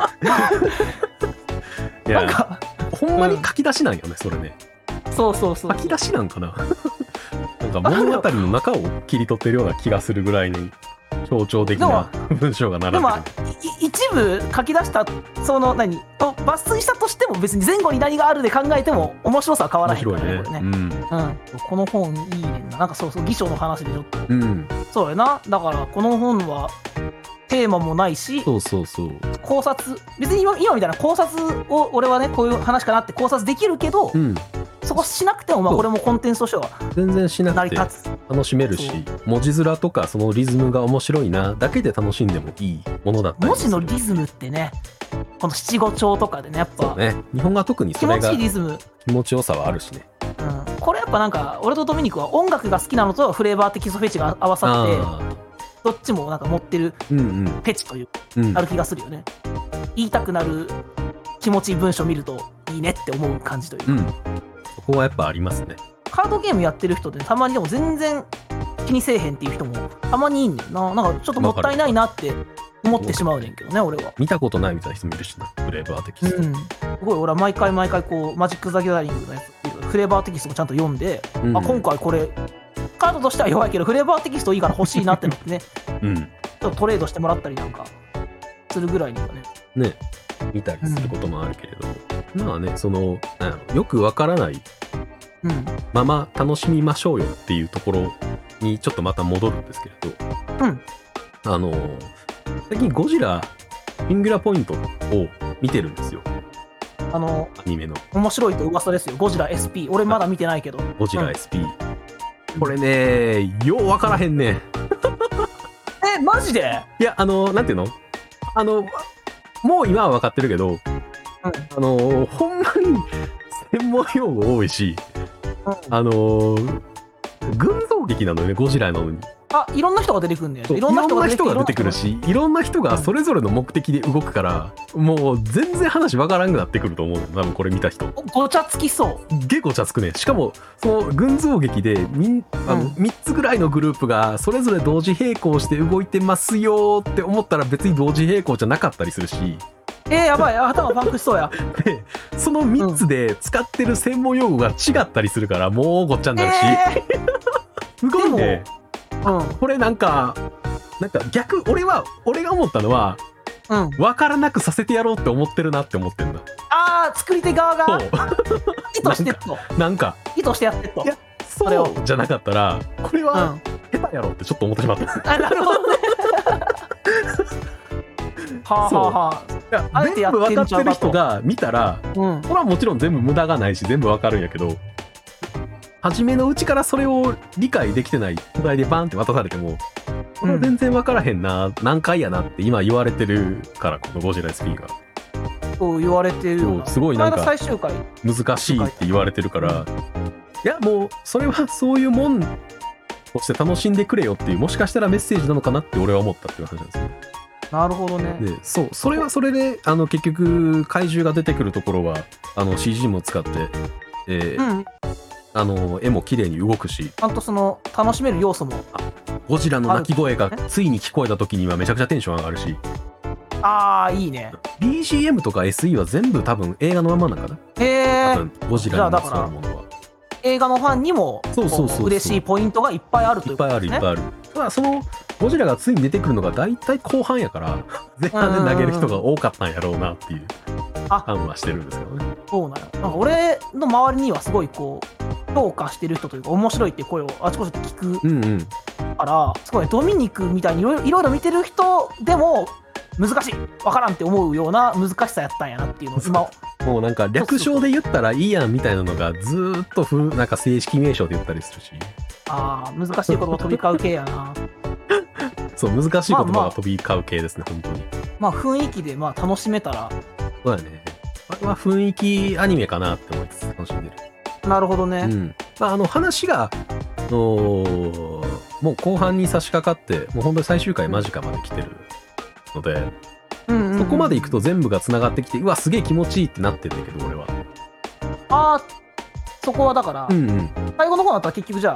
いやなんかほんまに書き出しなんよね、うん、それね。 そうそうそう、 書き出しなんかななんか物語の中を切り取ってるような気がするぐらいに象徴的な文章が並んでる。でも一部書き出したその何と抜粋したとしても別に前後に何があるで考えても面白さは変わらないからね、 面白いね、これね、うんうん、この本いいねんな。なんかそうそう、偽証の話でちょっと、 うん、 そうやな。だからこの本はテーマもないし、 そうそうそう考察、別に 今, 今みたいな考察を俺はねこういう話かなって考察できるけど、うん、そこしなくてもまあこれもコンテンツとしては全然しなくて楽しめるし、文字面とかそのリズムが面白いなだけで楽しんでもいいものだったり。 文字のリズムってね、この七五調とかでね、やっぱそうね、日本が特にそれが気持ちいいリズム、 気持ちよさはあるしね、 うん、これやっぱなんか俺とドミニクは音楽が好きなのとフレーバーテキストフェチが合わさってどっちもなんか持ってるフェチという、うんうん、ある気がするよね。言いたくなる気持ちいい文章を見るといいねって思う感じというか、うん、 そこはやっぱありますね。 カードゲームやってる人ってたまにでも全然気にせえへんっていう人もたまにいんねんな。なんかちょっともったいないなって思ってしまうねんけどね、俺は。 見たことないみたいな人もいるしな、フレーバーテキスト、 うん、すごい俺は毎回毎回こうマジック・ザ・ギャザリングのやつフレーバーテキストもちゃんと読んで、うん、あ今回これカードとしては弱いけどフレーバーテキストいいから欲しいなってなってね、うん、ちょっとトレードしてもらったりなんかするぐらいにかねね見たりすることもあるけれど、うん、まあね、そのなんやろよくわからないまま楽しみましょうよっていうところにちょっとまた戻るんですけれど、うん、あの最近ゴジラシンギュラポイントを見てるんですよ。 あのアニメの面白いと噂ですよ、ゴジラ エスピー。 俺まだ見てないけどゴジラ エスピー、うん、これねよう分からへんねんえマジで？ いやあのなんていうのあのもう今は分かってるけど、うん、あのほんまに専門用語多いし、うん、あの群像劇なのよね、ゴジラなのに。 あ、いろんな人が出てくるんだよね。 いろんな人が出てくるし、いろんな人がそれぞれの目的で動くから、うん、もう全然話わからんくなってくると思うよ、多分これ見た人。 ごちゃつきそう。 げごちゃつくね。しかもその群像劇でみんあの、うん、みっつぐらいのグループがそれぞれ同時並行して動いてますよって思ったら別に同時並行じゃなかったりするし。 えー、やばい、頭パンクしそうや。 でそのみっつで使ってる専門用語が違ったりするからもうごっちゃになるし、えー、すごいね。うん、これなんかなんか逆俺は俺が思ったのは、うん、分からなくさせてやろうって思ってるなって思ってるんだ。 あー作り手側が意図してっとなんか意図してやってっと。いやそうじゃなかったらこれは下手やろってちょっと思ってしまった、うん、 あなるほどねはあはあはあ、全部分かってる人が見たら、うん、これはもちろん全部無駄がないし全部分かるんやけど、初めのうちからそれを理解できてないお題でバーンって渡されても、これ全然分からへんな、うん、何回やなって今言われてるから、このゴジラ エスピー がそう言われてるような、 すごいなんか最終回難しいって言われてるから、うん、いやもうそれはそういうもんとして楽しんでくれよっていう、もしかしたらメッセージなのかなって俺は思ったっていう話なんですよ。 なるほどね。 でそうそれはそれであの結局怪獣が出てくるところはあの シージー も使って、えーうん、あの絵も綺麗に動くし、 ちゃんとその楽しめる要素も、 ゴジラの鳴き声がついに聞こえた時にはめちゃくちゃテンション上がるし、 あーいいね。 ビージーエム とか エスイー は全部多分映画のままなんかな。 へえ。 ゴジラにまつわるものは映画のファンにも嬉しいポイントがいっぱいあるということですね。 いっぱいあるいっぱいある。ただそのゴジラがついに出てくるのが大体後半やから前半で投げる人が多かったんやろうなっていう感はしてるんですけどね。 そうなの。なんか俺の周りにはすごいこう評価してる人というか面白いっていう声をあちこちで聞く、うんうん、からすごいドミニクみたいにいろいろ見てる人でも難しい分からんって思うような難しさやったんやなっていうのを今もうなんか略称で言ったらいいやんみたいなのがずーっとふなんか正式名称で言ったりするし、 ああ難しい言葉飛び交う系やなそう難しい言葉が飛び交う系ですね、まあまあ、本当に。 まあ雰囲気でまあ楽しめたらそうだね。あれは雰囲気アニメかなって思いつつ楽しんでる。 なるほどね、 うんまあ、あの話がのもう後半に差し掛かってもう本当に最終回間近まで来てるので、うんうんうん、そこまで行くと全部がつながってきてうわすげえ気持ちいいってなってるんだけど俺は。 ああそこはだから、うんうん、最後の方だったら結局じゃあ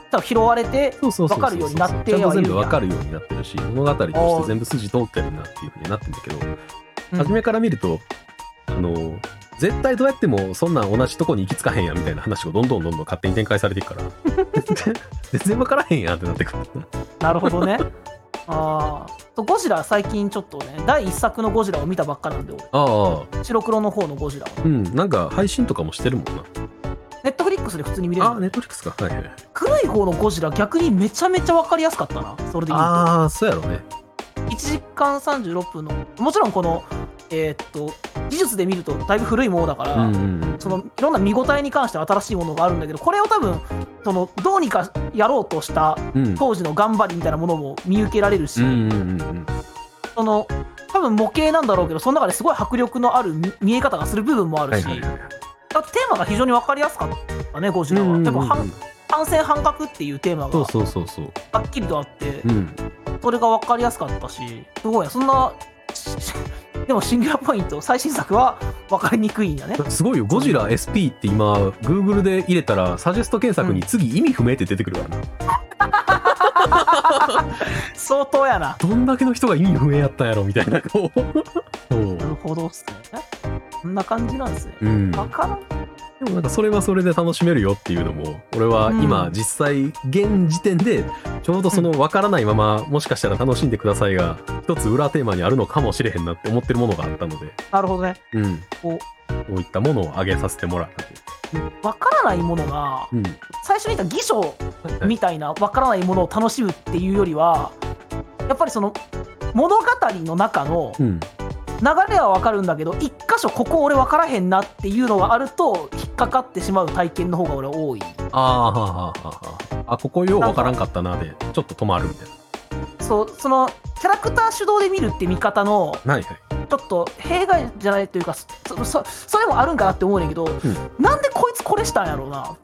多分拾われてそうそうそうそう分かるようになってはいるちゃんと全部んや分かるようになってるし、物語として全部筋通ってるなっていうふうになってるんだけど、 うん初めから見るとあの絶対どうやってもそんなん同じとこに行き着かへんやみたいな話をどんどんどんどん勝手に展開されていくから全然分からへんやんってなってくる。 なるほどね。ああ、ゴジラ最近ちょっとね、だいいっさくのゴジラを見たばっかなんで、 ああ、 白黒の方のゴジラを。 うん、なんか配信とかもしてるもんな。 ネットフリックスで普通に見れる。 ああ、ネットフリックスか。はいはい。 古い方のゴジラ逆にめちゃめちゃ分かりやすかったな、それで言うと。 ああ、そうやろね。 いちじかんさんじゅうろっぷんの、もちろんこの、えーっと、技術で見るとだいぶ古いものだから、 うんうんうん、 そのいろんな見応えに関しては新しいものがあるんだけど、これを多分そのどうにかやろうとした当時の頑張りみたいなものも見受けられるし、 うんうんうんうん、 その多分模型なんだろうけど、その中ですごい迫力のある 見, 見え方がする部分もあるし、はいはいはい、テーマが非常に分かりやすかったね、ゴジラは。うんうんうん、でも反戦反核っていうテーマがはっきりとあって、うん、それが分かりやすかったし、すごいそんなでもシンギュラーポイント最新作は分かりにくいんやね。 すごいよ。ゴジラ エスピー って今 Google で入れたらサジェスト検索に次意味不明って出てくるからな、うん、 相当やな。 どんだけの人が意味不明やったんやろみたいな。こうなるほどっすね。こんな感じなんですね、うん、分からん。 でもなんかそれはそれで楽しめるよっていうのも俺は今実際現時点でちょうどその分からないままもしかしたら楽しんでくださいが一つ裏テーマにあるのかもしれへんなって思ってるものがあったので。 なるほどね。 うん、こういったものを挙げさせてもらったという。 分からないものが、うん、最初に言った偽証みたいな分からないものを楽しむっていうよりはやっぱりその物語の中の、うん流れは分かるんだけど一箇所ここ俺分からへんなっていうのがあると引っかかってしまう体験の方が俺は多い。 ああ、はあはあはあ、あここよう分からんかったなでちょっと止まるみたいな。そうそのキャラクター主導で見るって見方の、はいはい、ちょっと弊害じゃないというか そ, そ, それもあるんかなって思うんだけど、うん、なんでこいつこれしたんやろうなって、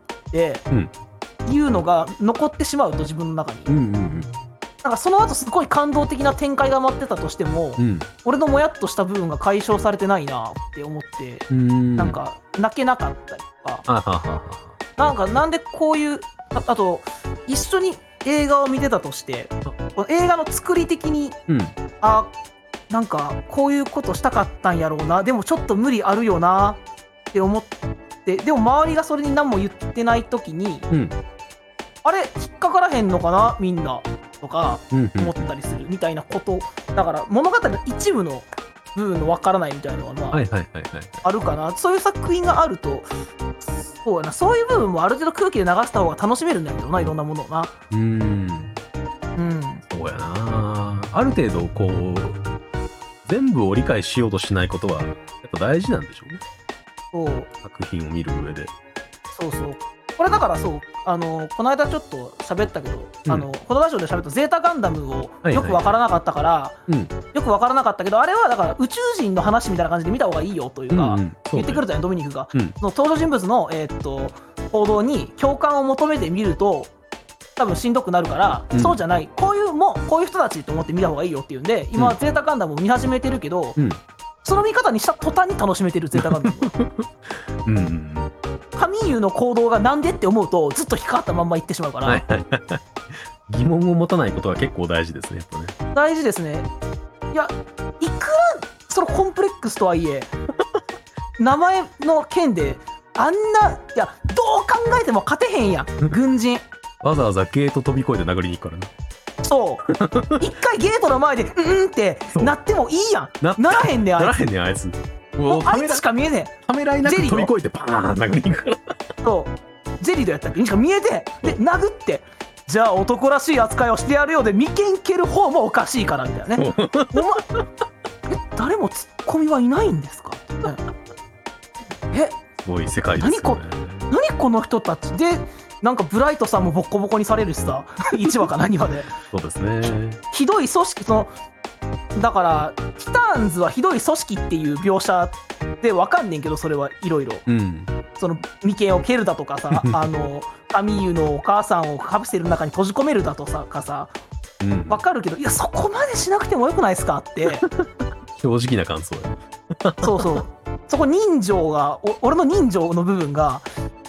うん、いうのが残ってしまうと自分の中に。うんうんうん、なんかその後すごい感動的な展開が待ってたとしても、うん、俺のもやっとした部分が解消されてないなって思ってんなんか泣けなかったりとか、あはははなんかなんでこういう あ, あと一緒に映画を見てたとして映画の作り的に、うん、あなんかこういうことしたかったんやろうなでもちょっと無理あるよなって思ってでも周りがそれに何も言ってない時に、うん、あれ引っかからへんのかなみんなとか思ったりするみたいなことだから物語の一部の部分の分からないみたいなのはまああるかな。そういう作品があるとそうやなそういう部分もある程度空気で流した方が楽しめるんだけどな、いろんなものをな。うーんうんそうやな。ある程度こう全部を理解しようとしないことはやっぱ大事なんでしょうね。そう作品を見る上で。 そうそうこれだからそうあのこの間ちょっと喋ったけど、うん、あのこのラジオで喋ったゼータガンダムをよく分からなかったから、はいはい、よく分からなかったけどあれはだから宇宙人の話みたいな感じで見た方がいいよというか、うんうん、言ってくれたよドミニクが、うん、その登場人物の、えー、っと行動に共感を求めてみると多分しんどくなるから、うん、そうじゃないこういうもこういう人たちと思って見た方がいいよっていうんで今、うん、ゼータガンダムを見始めてるけど、うん、その見方にした途端に楽しめてるゼータガンダムうんうんカミーユの行動がなんでって思うとずっと引っかかったまんまいってしまうから、はいはい、 疑問を持たないことは結構大事ですねやっぱね。 大事ですね。いやいくらそのコンプレックスとはいえ名前の件であんないやどう考えても勝てへんやん軍人わざわざゲート飛び越えて殴りに行くからな。 そう一回ゲートの前でうんうんってなってもいいやん な, ならへんねんあいつならへんねんあいつもうあいつしか見えねえ。 ためらいなく飛び越えてパーン殴りに行くからそうジェリードやったっけにしか見えてで殴ってじゃあ男らしい扱いをしてやるようで眉間蹴る方もおかしいからみたいなねお前え誰もツッコミはいないんですかえすごい世界ですね。 何こ何この人たちでなんかブライトさんもボッコボコにされるしさいちわか何話でそうですねひどい組織そのだからティターンズはひどい組織っていう描写で分かんねんけどそれはいろいろその眉間を蹴るだとかさあのカミーユのお母さんをカプセルの中に閉じ込めるだとかさ、うん、分かるけどいやそこまでしなくてもよくないですかって正直な感想そうそうそこ人情がお俺の人情の部分がち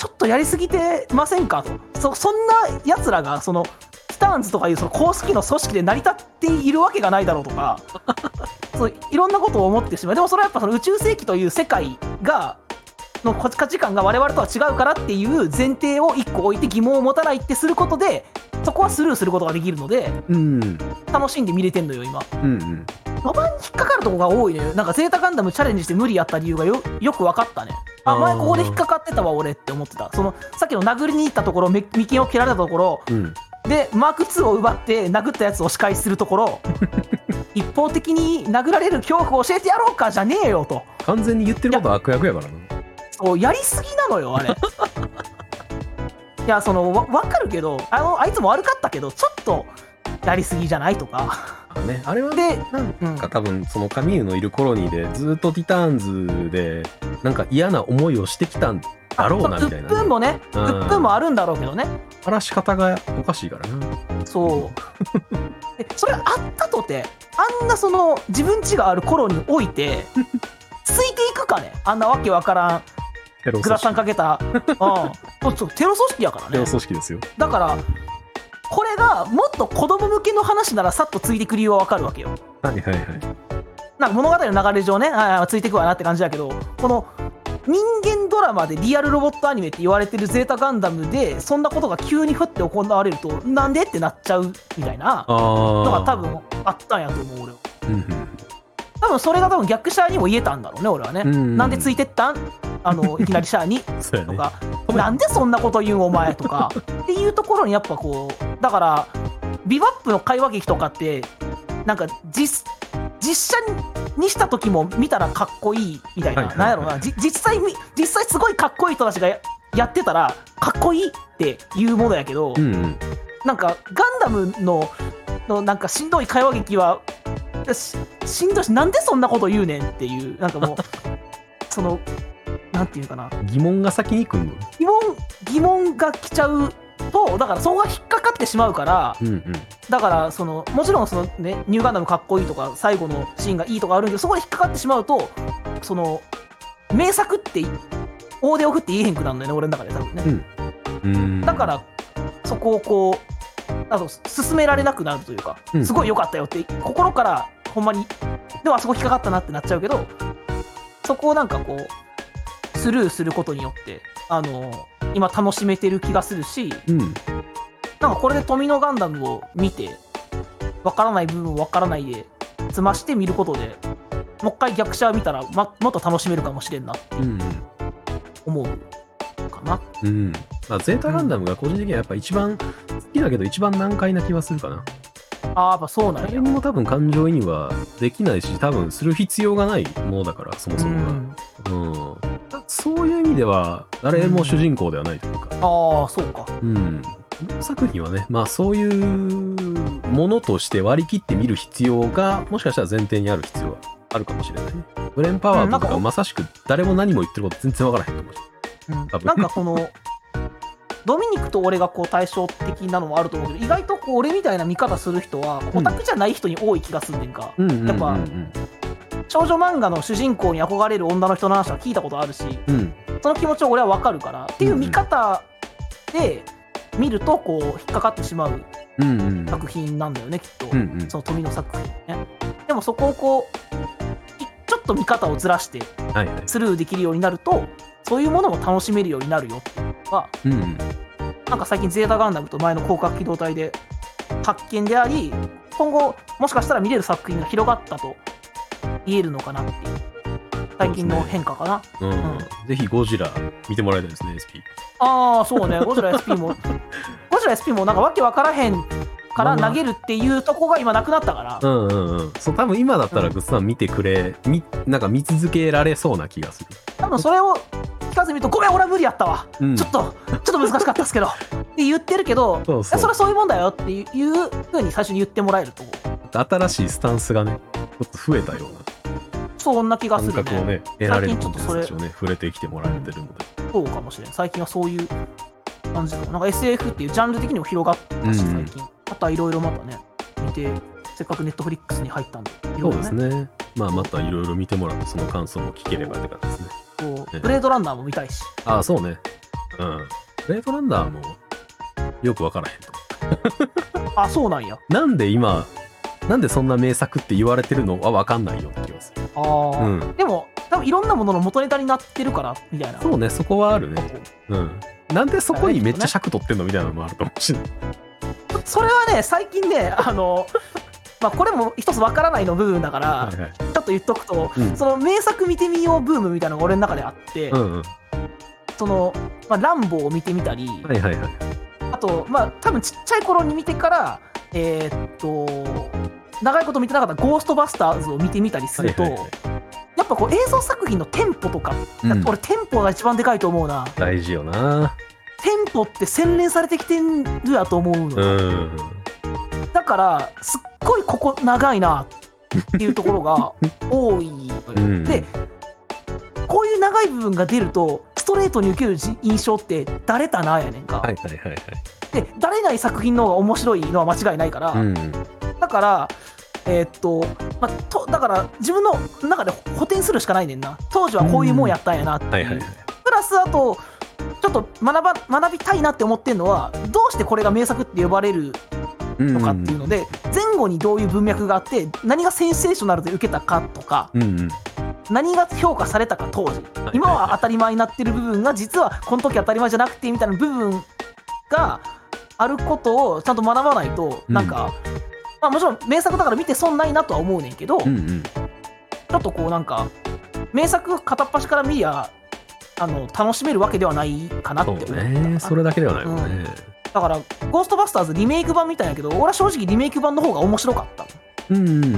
ちょっとやりすぎてませんかと。そそんなやつらがそのティターンズとかいうその公式の組織で成り立っているわけがないだろうとかそういろんなことを思ってしまう。でもそれはやっぱその宇宙世紀という世界がの価値観が我々とは違うからっていう前提を一個置いて疑問を持たないってすることでそこはスルーすることができるので、 うん、 楽しんで見れてんのよ今。 うんうん、 序盤に引っかかるとこが多いね。なんかゼータガンダムチャレンジして無理やった理由が よ, よく分かったね。あ、前ここで引っかかってたわ俺って思ってた。そのさっきの殴りに行ったところ、眉間を蹴られたところ、うん、でマークツーを奪って殴ったやつを仕返しするところ一方的に殴られる恐怖を教えてやろうかじゃねえよと。 完全に言ってることは悪役やからな。 そうやりすぎなのよあれいやその わ, 分かるけど あ, のあいつも悪かったけどちょっとやりすぎじゃないとかね、あれはでなんか多分そのカミューのいるコロニーでずっとティターンズでなんか嫌な思いをしてきたんだろうなみたいな、ね、 鬱憤もね鬱憤もあるんだろうけどね。 荒らし方がおかしいからな。 そうでそれあったとてあんなその自分家があるコロニーにおいてついていくかね、あんなわけわからんグラサンかけた、うん、そうテロ組織やからね。 テロ組織ですよ。 だからこれがもっと子供向けの話ならさっとついていく理由はわかるわけよ。 はいはいはい。 なんか物語の流れ上ね、あついていくわなって感じだけど、この人間ドラマでリアルロボットアニメって言われてるゼータガンダムでそんなことが急にふって行われるとなんでってなっちゃうみたいなのが多分あったんやと思う俺は。多分それが多分逆シャアにも言えたんだろうね俺はね。なんでついてったんあのいきなりシャアにとか、ね、なんでそんなこと言うんお前とかっていうところにやっぱこうだからビバップの会話劇とかってなんか 実, 実写にした時も見たらかっこいいみたいな、はいはいはい、なんやろうな、実際実際すごいかっこいい人たちが や, やってたらかっこいいっていうものやけど、うんうん、なんかガンダム の, のなんかしんどい会話劇は し, しんどいしなんでそんなこと言うねんっていうなんかもうそのなんていうかな疑問が先に来るの疑問疑問が来ちゃうとだからそこが引っかかってしまうから、うんうん、だからそのもちろんその、ね、ニューガンダムかっこいいとか最後のシーンがいいとかあるんだけどそこで引っかかってしまうとその名作って大手を振って言えへんくなるんだよね俺の中で多分ね、うん、うんだからそこをこうあと進められなくなるというか、うん、すごい良かったよって心からほんまにでもあそこ引っかかったなってなっちゃうけどそこをなんかこうスルーすることによってあの今楽しめてる気がするし、うん、なんかこれで富野ガンダムを見て分からない部分分からないで済まして見ることでもう一回逆シャア見たら、ま、もっと楽しめるかもしれんなって思うかな、 うんうんまあ、ゼータガンダムが個人的にはやっぱ一番好きだけど一番難解な気はするかな。 ああやっぱそうなんや。 誰にも多分感情移入はできないし多分する必要がないものだからそもそもが、うんうん、そういう意味では誰も主人公ではないというか、うん、 ああそうか、 うん、作品はねまあそういうものとして割り切って見る必要がもしかしたら前提にある必要はあるかもしれないね。ブレンパワーとかまさしく誰も何も言ってること全然わからへんと思うし、 うん、多分なんかこのドミニクと俺がこう対照的なのもあると思うけど意外とこう俺みたいな見方する人はオタクじゃない人に多い気がすんねんか、うん、やっぱ少女漫画の主人公に憧れる女の人の話は聞いたことあるし、うん、その気持ちは俺は分かるからっていう見方で見るとこう引っかかってしまう作品なんだよねきっと、うんうん、その富野作品ね。でもそこをこうちょっと見方をずらしてスルーできるようになると、はいはい、そういうものも楽しめるようになるよっていうのが、うんうん、なんか最近ゼータガンダムと前の広角機動隊で発見であり今後もしかしたら見れる作品が広がったと言えるのかなっていう最近の変化かな、 うんうん、ぜひゴジラ見てもらいたいですね エスピー。 ああそうねゴジラ エスピー もゴジラ エスピー もなんかわけわからへんから投げるっていうとこが今なくなったから、 うんうんうん、そう多分今だったらグッさん見てくれ、うん、みなんか見続けられそうな気がする。 多分それを聞かずに見るとごめん俺は無理やったわ、うん、ちょっとちょっと難しかったですけどって言ってるけどそうそうそれはそういうもんだよっていう風に最初に言ってもらえると新しいスタンスがねちょっと増えたようなそんな気がするね。 感覚をね得られるコンテンツをね触れてきてもらえてるので、 うん、そうかもしれない。最近はそういう感じかも。なんか エスエフ っていうジャンル的にも広がったし、うん、最近またいろいろまたね見てせっかくネットフリックスに入ったんで、ね、 そうですね。まあまたいろいろ見てもらってその感想も聞ければって感じですね。 そう、ね、ブレードランナーも見たいし。 ああそうね。 うん。ブレードランナーもよくわからへんと。 あ、そうなんや。 なんで今、なんでそんな名作って言われてるのはわかんないよって気がする。 ああ、 うん、 でも多分いろんなものの元ネタになってるからみたいな。 そうね、そこはあるね。うん。なんでそこにめっちゃ尺取ってんのみたいなのもあるかもしれない。 それはね、最近ね、あの、まあこれも一つわからないの部分だから、はいはい、ちょっと言っとくと、うん、その名作見てみようブームみたいなのが俺の中であって、うんうん、その、まあ、ランボーを見てみたり、はいはいはい、あと、まあ多分ちっちゃい頃に見てから、えー、っと、長いこと見てなかったゴーストバスターズを見てみたりすると、はいはいはい、やっぱこう映像作品のテンポとか、うん、俺テンポが一番でかいと思うな。 大事よな。 テンポって洗練されてきてるやと思うの。うん、だからすっごいここ長いなっていうところが多い、うん、でこういう長い部分が出るとストレートに受ける印象ってだれたなやねんか。はいはいはいはい、でだれない作品の方が面白いのは間違いないから、うん、だからえー、っと、まあ、とだから自分の中で補填するしかないねんな。当時はこういうもんやったんやなっていう、うんはいはいはい、プラスあとちょっと学ば学びたいなって思ってるのはどうしてこれが名作って呼ばれるのかっていうので、うんうん、前後にどういう文脈があって何がセンセーショナルで受けたかとか、うんうん、何が評価されたか当時、今は当たり前になってる部分が実はこの時当たり前じゃなくてみたいな部分があることをちゃんと学ばないと、うん、なんか、まあ、もちろん名作だから見て損ないなとは思うねんけど、うんうん、ちょっとこうなんか名作片っ端から見りゃあの楽しめるわけではないかなって思った。そうね、それだけではないもんね、うん、 だからゴーストバスターズリメイク版みたいやけど俺は正直リメイク版の方が面白かった。うんうんうん、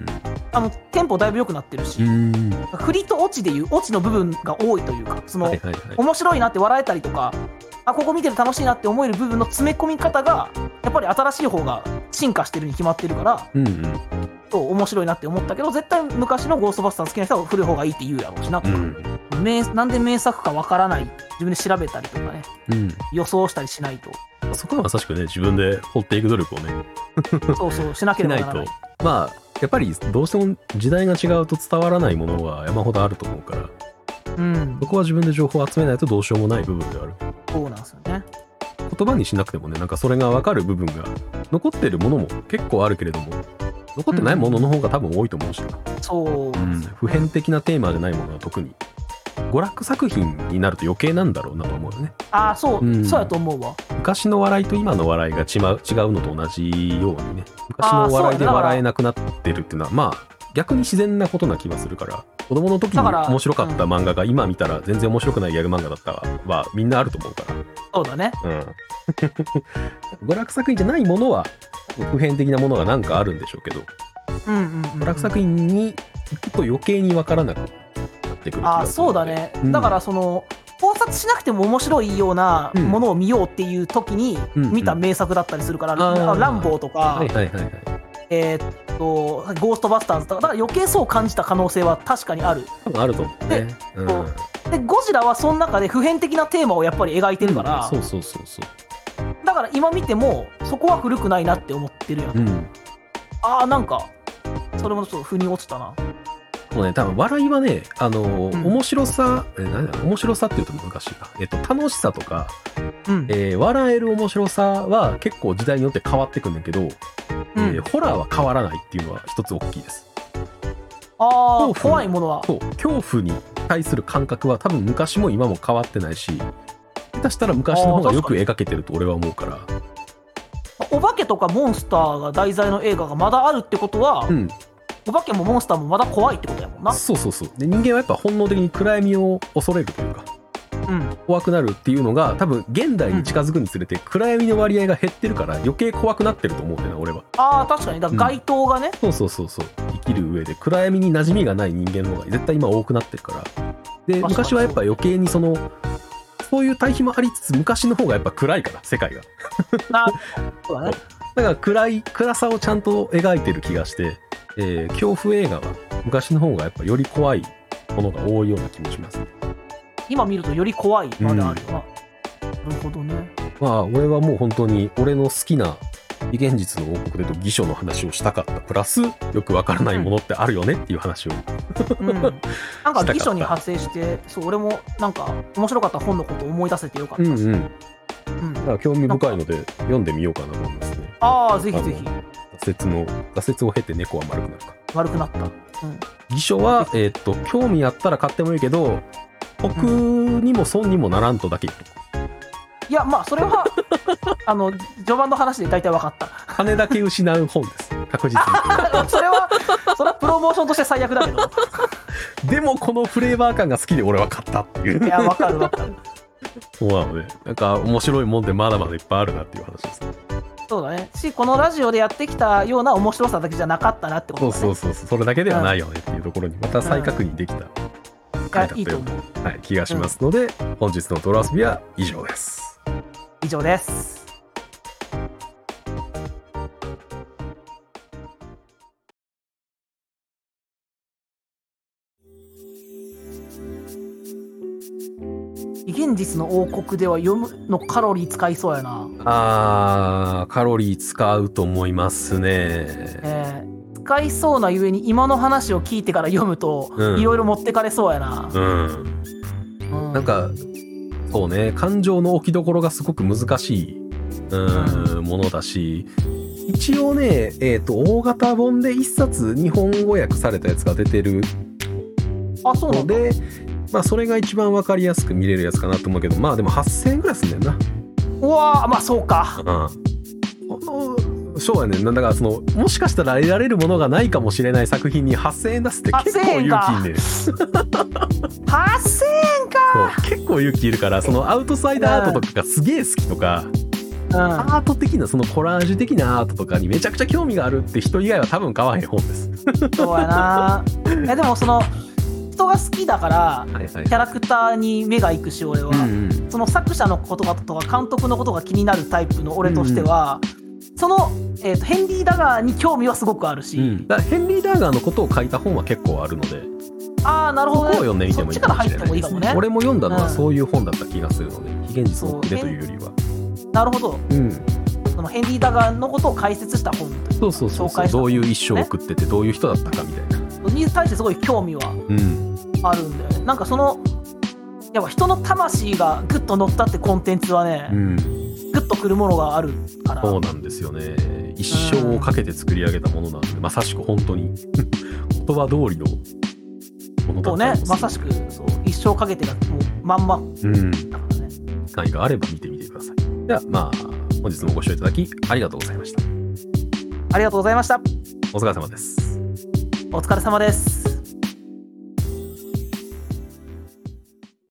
あのテンポだいぶ良くなってるし、振りとオチでいうオチの部分が多いというか、その、はいはいはい、面白いなって笑えたりとか、あここ見てて楽しいなって思える部分の詰め込み方がやっぱり新しい方が進化してるに決まってるから、うんうん、と面白いなって思ったけど、絶対昔のゴーストバスターズ好きな人は古い方がいいって言うやろうしなとか、うん、名なんで名作かわからない、自分で調べたりとかね、うん、予想したりしないと。 そこはまさしくね、自分で掘っていく努力をねそうそうしなければならない。 まあやっぱりどうしても時代が違うと伝わらないものは山ほどあると思うから、うん、そこは自分で情報を集めないとどうしようもない部分である。 そうなんですよね。 言葉にしなくてもね、なんかそれが分かる部分が残ってるものも結構あるけれども、残ってないものの方が多分多いと思うしな、うん、そう、うん、普遍的なテーマじゃないものは特に娯楽作品になると余計なんだろうなと思うよね。 ああそう、うん、そうやと思うわ。 昔の笑いと今の笑いが違うのと同じようにね、昔の笑いで笑えなくなってるっていうのはまあ逆に自然なことな気がするから、子供の時に面白かった漫画が今見たら全然面白くないギャグ漫画だったはみんなあると思うから。 そうだね、 うん、娯楽作品じゃないものは普遍的なものがなんかあるんでしょうけど、うんうんうんうん、娯楽作品に行くと余計に分からなくなってくる気がする。 あそうだね、うん、だからその考察しなくても面白いようなものを見ようっていう時に見た名作だったりするから、うんうん、ランボーとか、はいはいはいはい、えー、っとゴーストバスターズとか、だから余計そう感じた可能性は確かにある。 多分あると思うね。で、うん、 でゴジラはその中で普遍的なテーマをやっぱり描いてるから、 うん、そうそうそうそう。 だから今見てもそこは古くないなって思ってるやん、うん、あーなんかそれもちょっと腑に落ちたな。 もうね、多分笑いはね、あのーうん、面白さ、え何だ面白さっていうと難しいな、えっと楽しさとか、うんえー、笑える面白さは結構時代によって変わってくんだけど、うんえー、ホラーは変わらないっていうのは一つ大きいです。 ああ怖いものはそう恐怖に対する感覚は多分昔も今も変わってないし、下手したら昔の方がよく描けてると俺は思うから。 お化けとかモンスターが題材の映画がまだあるってことは、うんお化けもモンスターもまだ怖いってことやもんな。 そうそうそう。で人間はやっぱ本能的に暗闇を恐れるというか、うん、怖くなるっていうのが多分現代に近づくにつれて暗闇の割合が減ってるから余計怖くなってると思うんだよな俺は。 ああ確かに。だから街灯がね、 うん、そうそうそうそう生きる上で暗闇に馴染みがない人間の方が絶対今多くなってるから。で昔はやっぱ余計にそのそういう対比もありつつ昔の方がやっぱ暗いから世界があそうだね。 だから暗い暗さをちゃんと描いてる気がして、えー、恐怖映画は昔の方がやっぱより怖いものが多いような気もします。 今見るとより怖いまであるよな、うん、なるほどね。 まあ俺はもう本当に俺の好きな非現実の王国でと義書の話をしたかったプラスよくわからないものってあるよねっていう話を、 うん、なんか義書に派生してそう俺もなんか面白かった本のことを思い出せてよかったし、うんうんうん、だから興味深いので読んでみようかなと思いますね。 ああぜひぜひ。 挫折の挫折を経て猫は丸くなるか。 丸くなった。うん、 義書は、えー、っと興味あったら買ってもいいけど僕にも損にもならんとだけ言っとく。 いやまあそれはあの序盤の話で大体分かった。 金だけ失う本です確実に。 それはそれはプロモーションとして最悪だけどでもこのフレーバー感が好きで俺は買ったっていう。 いや分かる分かる。 そうなのでなんか面白いもんでまだまだいっぱいあるなっていう話ですね。 そうだね。しこのラジオでやってきたような面白さだけじゃなかったなってことだね。 そうそうそうそれだけではないよねっていうところにまた再確認できた回だったような、はい、気がしますので、うん、本日のドラ遊びは以上です。 以上です。非現実の王国では読むのカロリー使いそうやな。 あーカロリー使うと思いますね、 えー、使いそうなゆえに今の話を聞いてから読むといろいろ持ってかれそうやな。 うん、うん、なんかそうね感情の置きどころがすごく難しい、うん、ものだし一応ね、えーと、大型本で一冊日本語訳されたやつが出てるので、まあそれが一番わかりやすく見れるやつかなと思うけど、まあでもはっせんえんぐらいすんねんな。 うわーまあそうか。 うん。そうやねんな。だからそのもしかしたら得られるものがないかもしれない作品にはっせんえん出すって結構勇気いんねん。 はっせんえんか。 そう結構勇気いるからそのアウトサイダーアートとかがすげえ好きとか。うん、アート的なそのコラージュ的なアートとかにめちゃくちゃ興味があるって人以外は多分買わへん本です。 そうやな。いやでもその人が好きだから、はいはい、キャラクターに目がいくし俺は、うんうん、その作者のこととか監督のことが気になるタイプの俺としては、うんうん、その、えーと、ヘンリー・ダガーに興味はすごくあるし、うん、 だからヘンリー・ダガーのことを書いた本は結構あるので、 ああなるほど、ね、 そこを読んでみてもいいかもしれないですね。 そっちから入ってもいいかもね。 俺も読んだのはそういう本だった気がするので、うん、非現実の奥でというよりは。 なるほど、 うん、 そのヘンリー・ダガーのことを解説した本というそうそうそうそう、どういう一生を送っててどういう人だったかみたいなに対してすごい興味はあるんだよね、うん、なんかそのやっぱ人の魂がグッと乗ったってコンテンツはね、うん、グッとくるものがあるから。 そうなんですよね。一生をかけて作り上げたものなんで、うん、まさしく本当に言葉通りのものだったんですよね。 まさしくそう一生かけてがもうまんま、うん、だからね。 機会があれば見てみてください。ではまあ本日もご視聴いただきありがとうございました。 ありがとうございました。 お疲れ様です。 お疲れ様です。